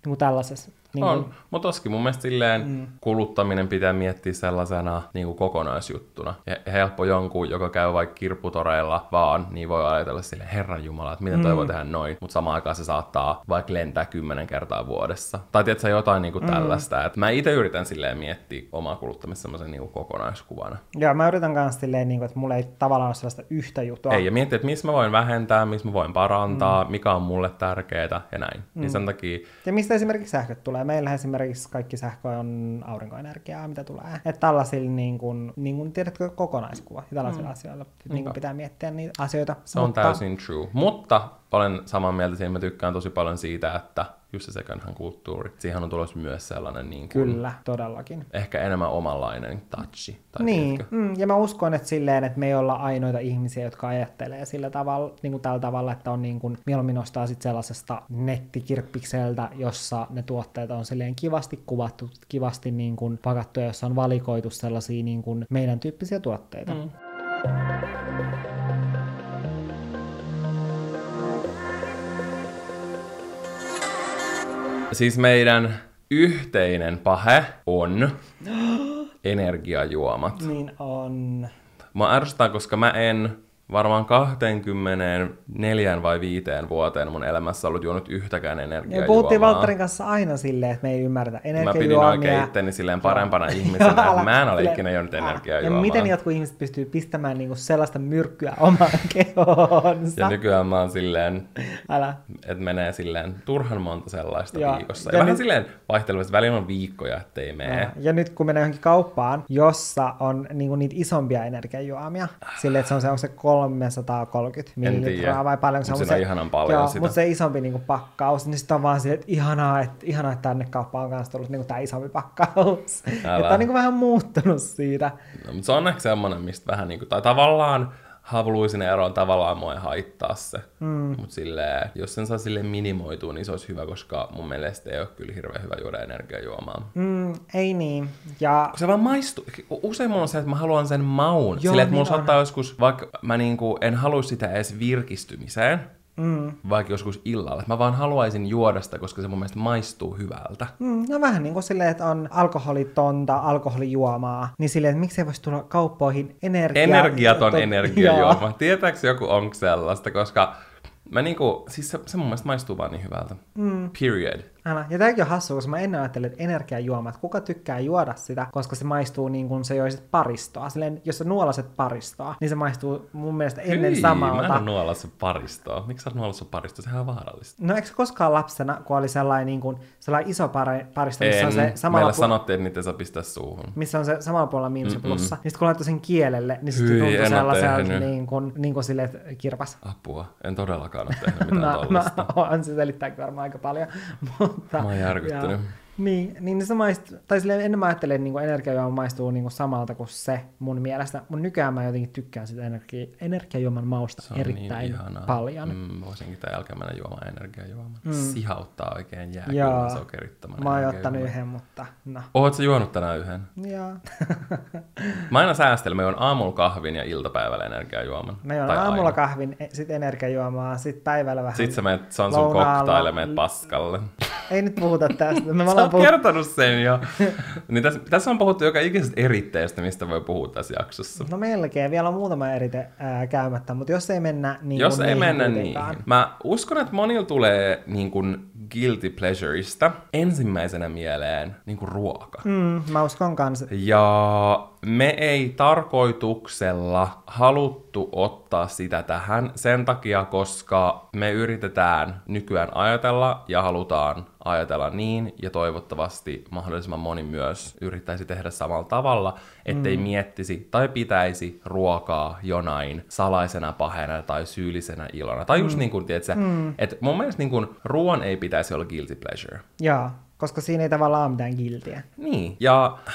B: niin tällaisessa. Niin
A: on,
B: kuin...
A: mutta toskin mun mielestä silleen mm. kuluttaminen pitää miettiä sellaisena niin kuin kokonaisjuttuna. Ja helppo jonkun, joka käy vaikka kirpputoreilla vaan, niin voi ajatella silleen, herranjumala, että miten toi mm. voi tehdä noin. Mutta samaan aikaan se saattaa vaikka lentää kymmenen kertaa vuodessa. Tai tiedätkö jotain niin kuin mm. tällaista. Et mä itse yritän silleen miettiä omaa kuluttamista semmoisen niin kuin kokonaiskuvana.
B: Joo, mä yritän kanssa silleen, niin kuin, että mulla ei tavallaan ole sellaista yhtä juttua.
A: Ei, ja miettiä, että missä mä voin vähentää, missä mä voin parantaa, mm. mikä on mulle tärkeää ja näin. Mm. Niin sen takia...
B: Ja mistä esimerkiksi sähköt tulee? Meillä esimerkiksi kaikki sähkö on aurinkoenergiaa, mitä tulee. Että tällaisilla, niin kuin, niin kuin, tiedätkö, kokonaiskuva. Ja tällaisilla mm. asioilla niin kuin pitää miettiä niitä asioita.
A: Se mutta... on täysin true. Mutta olen samaa mieltä siinä, mä tykkään tosi paljon siitä, että just se second hand kulttuuri. Siihen on tulossa myös sellainen niin kuin,
B: kyllä, todellakin.
A: Ehkä enemmän omanlainen touchi. Tai
B: niin, mm, ja mä uskon, että silleen, että me ei olla ainoita ihmisiä, jotka ajattelee sillä tavalla, niin kuin tällä tavalla, että on niin kuin, mieluummin ostaa sit sellaisesta nettikirppikseltä, jossa ne tuotteet on silleen kivasti kuvattu, kivasti niin kuin pakattu, jossa on valikoitu sellaisia niin kuin meidän tyyppisiä tuotteita. Mm.
A: Siis meidän yhteinen pahe on energiajuomat.
B: Niin on.
A: Mä ärsytän, koska mä en varmaan kaksikymmentäneljä vai viiteen vuoteen mun elämässä ollut juonut yhtäkään energiajuomaa.
B: Ja puhuttiin Valtterin kanssa aina silleen, että me ei ymmärretä energiajuomia.
A: Mä pidin oikein itteni silleen parempana ihmisenä, että mä en ole ikinä juonut energiajuomaa.
B: Ja miten jotkut ihmiset pystyy pistämään niinku sellaista myrkkyä omaan kehoonsa?
A: Ja nykyään mä oon silleen,
B: Älä.
A: että menee silleen turhan monta sellaista
B: ja,
A: viikossa. Ja,
B: ja
A: vähän
B: nyt...
A: silleen vaihteluvasti, välillä on viikkoja, ettei mene.
B: Ja, ja nyt kun menee johonkin kauppaan, jossa on niinku niitä isompia energiajuomia, silleen, että se on se, onko se kolmesataakolmekymmentä millilitraa vai paljon se on.
A: Se on ihanan paljon
B: joo,
A: sitä.
B: Mutta se isompi niinku pakkaus, niin sitten on vaan silleen, että ihanaa, että, ihanaa, että tänne kauppaan on kanssa tullut niinku tämä isompi pakkaus. Että on niinku vähän muuttunut siitä.
A: No, mutta se on ehkä semmoinen, mistä vähän niinku, tai tavallaan haluaisin eroon, tavallaan mua ei haittaa se. Mm. Mutta silleen, jos sen saa silleen minimoitua, niin se olisi hyvä, koska mun mielestä ei ole kyllä hirveän hyvä juoda energiajuomaa.
B: Mm, ei niin. Ja...
A: Se vaan maistuu. Usein mulla on se, että mä haluan sen maun. Joo, silleen, että niin mulla saattaa joskus, vaikka mä niinku en halua sitä edes virkistymiseen, mm. vaikka joskus illalla. Mä vaan haluaisin juoda sitä, koska se mun mielestä maistuu hyvältä.
B: Mm, no vähän niin kuin silleen, että on alkoholitonta alkoholijuomaa, niin silleen, että miksei voisi tulla kauppoihin energia...
A: Energiaton to... energiajuoma. Tietääks joku onko sellaista, koska mä niinku, siis se, se mun mielestä maistuu vaan niin hyvältä. Mm. Period.
B: Älä. Ja tämäkin on hassua, koska mä ennen ajattelin, että energiajuomat, kuka tykkää juoda sitä, koska se maistuu niin kuin se joisit paristoa. Silleen, jos sä nuolaset paristoa, niin se maistuu mun mielestä ennen
A: Hyi,
B: samalta.
A: Mä en ole nuolassa paristoa. Miksi sä oot nuolassa paristoa? Sehän on vaarallista.
B: No eikö koskaan lapsena, kun oli sellainen, niin kuin, sellainen iso paristo, missä
A: en.
B: on se samalla...
A: Meillä pu... sanottiin, että niitä saa pistää suuhun.
B: Missä on se samalla puolella miinus ja plussa. Niin sitten kun laittoi sen kielelle, niin sitten tuntui sellaiselta niin kuin, niin kuin silleen, että kirpas.
A: Apua. En todellakaan ole tehnyt mitään
B: no,
A: tollasta.
B: No, on se selittääkin varmaan aika paljon. Mutta,
A: mä oon järkyttynyt.
B: Niin, niin se maistuu, tai silleen ennen mä ajattelin, että niin energiajuoma maistuu niin samalta kuin se mun mielestä, mutta nykyään mä jotenkin tykkään sitä energi- energiajuoman mausta erittäin niin paljon.
A: Mm, voisinkin tämän jälkeen mennä juomaan energiajuoman. Mm. Sihauttaa oikein jääkylmän sokerittoman.
B: Mä oon ottanut yhden, mutta no.
A: Oot sä juonut tänään yhden?
B: Joo.
A: Mä aina säästelen, mä juon aamulla kahvin ja iltapäivällä energiajuoman.
B: Mä juon aamulla aina kahvin, sit energiajuomaa, sit päivällä vähän.
A: Sit sä menet, se on sun cocktail ja menet paskalle.
B: Ei nyt puhuta tästä. Me
A: Sä oot puhut... kertonut sen jo. Niin tässä, tässä on puhuttu joka ikisestä eritteestä, mistä voi puhua tässä jaksossa.
B: No melkein. Vielä on muutama erite ää, käymättä, mutta jos ei mennä niin
A: Jos ei mennä niihin. Mä uskon, että monilla tulee niin kuin guilty pleasureista ensimmäisenä mieleen niin kuin ruoka.
B: Mm, mä uskon kanssa.
A: Ja me ei tarkoituksella haluttu ottaa sitä tähän sen takia, koska me yritetään nykyään ajatella ja halutaan ajatella niin, ja toivottavasti mahdollisimman moni myös yrittäisi tehdä samalla tavalla, ettei mm. miettisi tai pitäisi ruokaa jonain salaisena pahena tai syyllisenä ilona. Tai just mm. niin kuin, tiedätkö, mm. että mun mielestä niin kuin, ruoan ei pitäisi olla guilty pleasure.
B: Joo, koska siinä ei tavallaan ole mitään guiltyä.
A: Niin, ja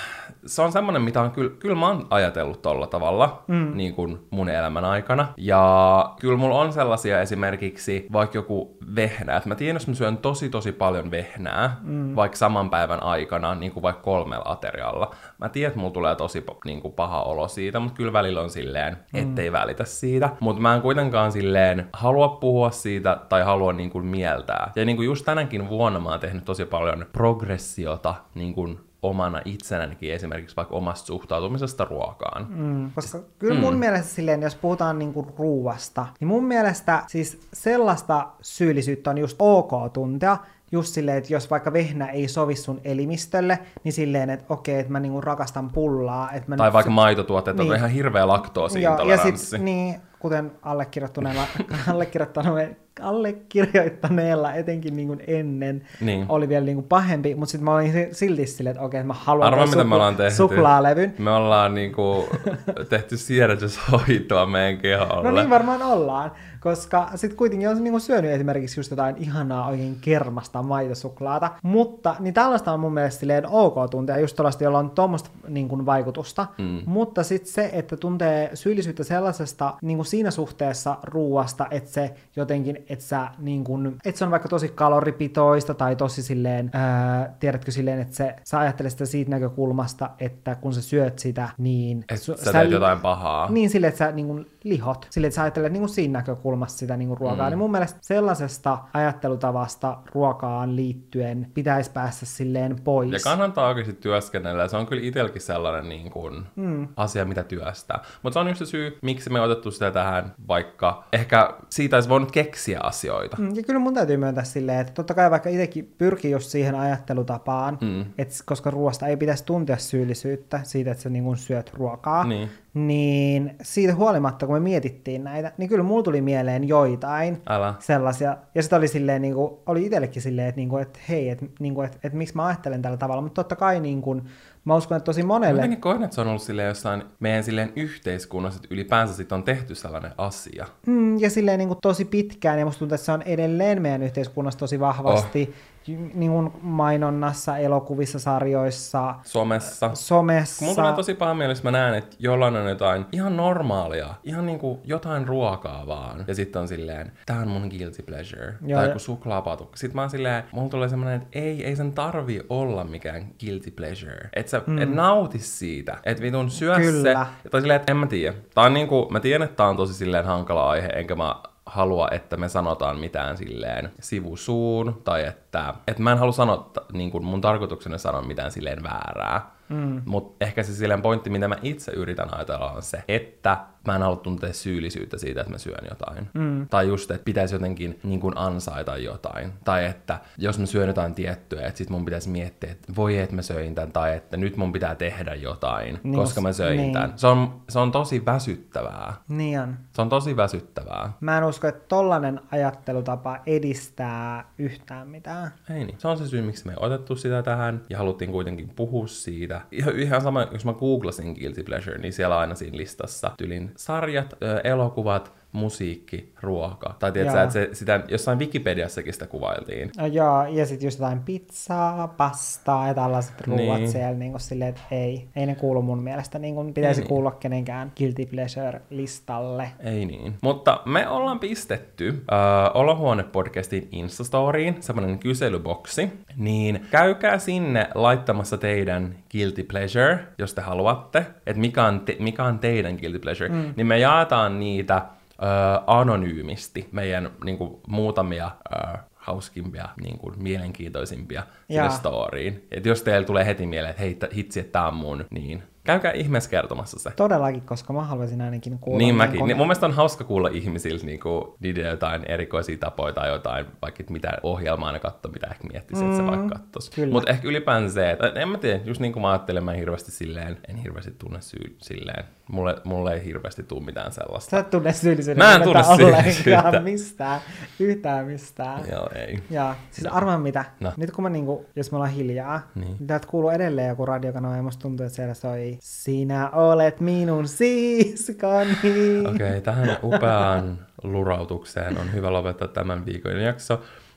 A: se on semmoinen, mitä on kyllä, kyllä mä oon ajatellut tolla tavalla, mm. niin kuin mun elämän aikana. Ja kyllä mulla on sellaisia esimerkiksi vaikka joku vehnä, että mä tiedän, jos mä syön tosi tosi paljon vehnää, mm. vaikka saman päivän aikana, niin kuin vaikka kolmella aterialla. Mä tiedän, että mulla tulee tosi niin kuin paha olo siitä, mutta kyllä välillä on silleen, ettei mm. välitä siitä. Mutta mä en kuitenkaan silleen halua puhua siitä tai halua niin kuin mieltää. Ja niin kuin just tänäkin vuonna mä oon tehnyt tosi paljon progressiota niin kuin omana itsenänikin esimerkiksi vaikka omasta suhtautumisesta ruokaan.
B: Mm, koska kyllä mun mm. mielestä silleen, jos puhutaan niinku ruuasta, niin mun mielestä siis sellaista syyllisyyttä on just ok tuntea, just silleen, että jos vaikka vehnä ei sovi sun elimistölle, niin silleen, että okei, että mä niinku rakastan pullaa. Että mä
A: tai
B: nyt...
A: vaikka maitotuotteet, niin. on ihan hirveä laktoosiintoleranssi.
B: Ja sit, niin, kuten allekirjoittaneella, allekirjoittaneella, allekirjoittaneella etenkin niin kuin ennen niin. oli vielä niin kuin pahempi, mutta sitten mä olin silti silleen, että okei, mä haluan
A: Arvaa, mitä me ollaan tehty.
B: suklaalevyn.
A: Me ollaan niin kuin tehty siedätyshoitoa meidän keholle.
B: No niin varmaan ollaan, koska sitten kuitenkin on niin kuin syönyt esimerkiksi just jotain ihanaa oikein kermasta maitosuklaata, mutta niin tällaista on mun mielestä silleen ok tuntea, just tuollaista, jolla on tuommoista niin kuin vaikutusta, mm. mutta sitten se, että tuntee syyllisyyttä sellaisesta niin kuin siinä suhteessa ruuasta, että se jotenkin, että sä niin kun, että se on vaikka tosi kaloripitoista tai tosi silleen, ää, tiedätkö silleen, että se, sä ajattelet sitä siitä näkökulmasta, että kun sä syöt sitä, niin...
A: Että sä, sä teet li- jotain pahaa.
B: Niin silleen, että sä niin kun lihot. Silleen, että sä ajattelet niin kun siinä näkökulmasta sitä niin kun ruokaa. Mm. Niin mun mielestä sellaisesta ajattelutavasta ruokaan liittyen pitäisi päästä silleen pois.
A: Ja kannattaa oikeasti työskennellä. Se on kyllä itselläkin sellainen niin kun mm. asia, mitä työstää. Mutta se on just se syy, miksi me otettu sitä tähän, vaikka ehkä siitä olisi voinut keksiä asioita.
B: Mm, ja kyllä mun täytyy myöntää silleen, että totta kai vaikka itsekin pyrkii just siihen ajattelutapaan, mm. että koska ruoasta ei pitäisi tuntea syyllisyyttä siitä, että sä niin kun syöt ruokaa, niin. niin siitä huolimatta, kun me mietittiin näitä, niin kyllä mulla tuli mieleen joitain
A: Älä.
B: sellaisia. Ja sitten oli silleen, niin kuin, oli itsellekin silleen, että, niin kuin, että hei, että, niin kuin, että, että miksi mä ajattelen tällä tavalla, mutta totta kai niin kuin, mä uskon, että tosi monelle...
A: Jotenkin koen, että se on ollut silleen jossain meidän silleen yhteiskunnassa, että ylipäänsä sit on tehty sellainen asia.
B: Mm, ja silleen niin kuin tosi pitkään, ja musta tuntuu, että se on edelleen meidän yhteiskunnassa tosi vahvasti oh. niin kuin mainonnassa, elokuvissa, sarjoissa,
A: somessa.
B: somessa.
A: Mulla tulee tosi paha mieli, jos mä näen, että jollain on jotain ihan normaalia, ihan niin kuin jotain ruokaa vaan. Ja sitten on silleen, tää on mun guilty pleasure. Joo, tai joku suklaapatukka. Sitten mä oon silleen, mulla tulee semmoinen, että ei, ei sen tarvii olla mikään guilty pleasure. Et sä mm. et nauti siitä. Et vitun syö
B: Kyllä.
A: se. Tai silleen, että en mä tiedä. Tää on niinku, mä tiedän, että tää on tosi silleen hankala aihe, enkä mä halua, että me sanotaan mitään silleen sivusuun, tai että, että mä en halua sanoa, niin kuin mun tarkoituksena sanoa mitään silleen väärää. Mm. Mutta ehkä se silleen pointti, mitä mä itse yritän ajatella, on se, että mä en halua tuntea syyllisyyttä siitä, että mä syön jotain. Mm. Tai just, että pitäisi jotenkin niin kuin ansaita jotain. Tai että jos mä syön jotain tiettyä, että sit mun pitäisi miettiä, että voi, että mä söin tämän, tai että nyt mun pitää tehdä jotain, niin, koska mä söin niin. tämän. Se on, se on tosi väsyttävää.
B: Niin on.
A: Se on tosi väsyttävää.
B: Mä en usko, että tollanen ajattelutapa edistää yhtään mitään.
A: Ei niin. Se on se syy, miksi me ei otettu sitä tähän, ja haluttiin kuitenkin puhua siitä. Ihan, ihan sama, jos mä googlasin Guilty Pleasure, niin siellä aina siinä listassa tylin sarjat, ö, elokuvat, musiikki, ruoka. Tai tiedätkö, että se, sitä jossain Wikipediassakin sitä kuvailtiin.
B: No, joo, ja sitten just jotain pizzaa, pastaa ja tällaiset ruuat niin. siellä niin kuin silleen, että ei, ei ne kuulu mun mielestä, niin kuin pitäisi ei kuulua kenenkään Guilty Pleasure-listalle.
A: Ei niin. Mutta me ollaan pistetty uh, Olohuone-podcastin Instastoriin semmoinen kyselyboksi, niin käykää sinne laittamassa teidän Guilty Pleasure, jos te haluatte, että mikä on, te, mikä on teidän Guilty Pleasure, mm. niin me jaetaan niitä Ö, anonyymisti meidän niin kuin, muutamia ö, hauskimpia, niin kuin, mielenkiintoisimpia sinne storyin. Et jos teillä tulee heti mieleen, että hei, hitsi, että tää on mun, niin käykää ihmeessä kertomassa se.
B: Todellakin, koska mä haluaisin ainakin kuulla.
A: Niin mäkin. Kun... Mun mielestä on hauska kuulla ihmisiltä niinku, niiden jotain erikoisia tapoja tai jotain, vaikka mitä ohjelmaa ne katsoo, mitä ehkä miettisi, mm, että se vaikka kattoisi. Mutta ehkä ylipäänsä se, että en mä tiedä, just niin kuin mä ajattelen, mä hirveästi silleen, en hirveästi tunne syy silleen. Mulle, mulle ei hirveästi tule mitään sellaista.
B: Sä et tunne syyllisyyden.
A: Mä en tunne syyllisyyttä.
B: Mistään. Yhtään mistään.
A: Joo, ei.
B: Ja siis arvaa mitä. No. Nyt kun mä niinku, jos me ollaan hiljaa,
A: niin,
B: niin täältä kuuluu edelleen joku radiokanava ja musta tuntuu, että siellä soi Sinä olet minun siskoni.
A: Okei, okay, tähän upeaan lurautukseen on hyvä lopettaa tämän viikon jakso.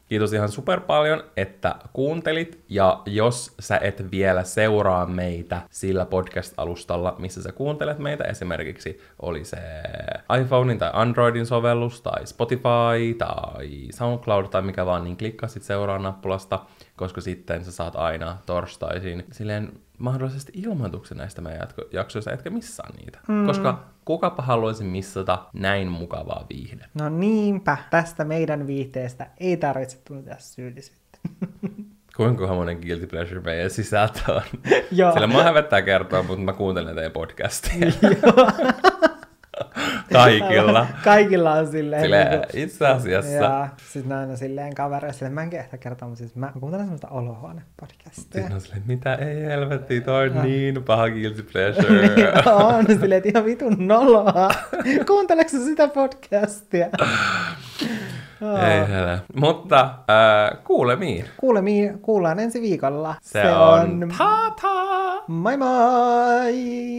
A: Kiitos ihan super paljon, että kuuntelit, ja jos sä et vielä seuraa meitä sillä podcast-alustalla, missä sä kuuntelet meitä, esimerkiksi oli se iPhonein tai Androidin sovellus, tai Spotify, tai SoundCloud, tai mikä vaan, niin klikkaa sit seuraa nappulasta, koska sitten sä saat aina torstaisin silleen mahdollisesti ilmoituksen näistä meidän jaksoista, etkä missaa niitä. Mm. Koska kukapa haluaisi missata näin mukavaa viihdettä.
B: No niinpä, tästä meidän viihteestä ei tarvitse tuntea syyllisyyttä.
A: Kuinka monen guilty pleasure meidän sisältö on? Joo. Sillä mua hävettää kertoa, mutta mä kuuntelen teidän podcastia. Kaikilla.
B: Kaikilla on silleen.
A: silleen
B: niin kuin,
A: itse asiassa.
B: Ja sitten mä aina silleen kavereille, silleen mä en kehtä kertoa, mutta siis mä kuuntelen semmoista olohuone-podcastia.
A: Sitten on silleen, mitä ei helvetti, toi on niin paha guilty pleasure.
B: Niin on, silleen, että ihan vitun noloa. Kuunteleeko sitä podcastia?
A: Oh. Ei helä. Mutta äh, kuulemiin.
B: Kuulemiin, kuullaan ensi viikolla.
A: Se, Se on, on tata!
B: Moi moi!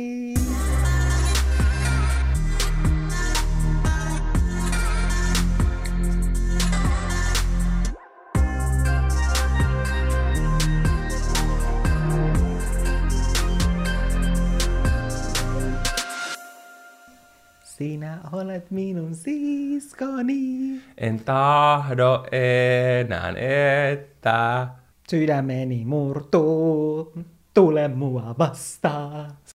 B: Sinä olet minun siskoni.
A: En tahdo enää, että
B: sydämeni murtuu. Tule mua vastaan.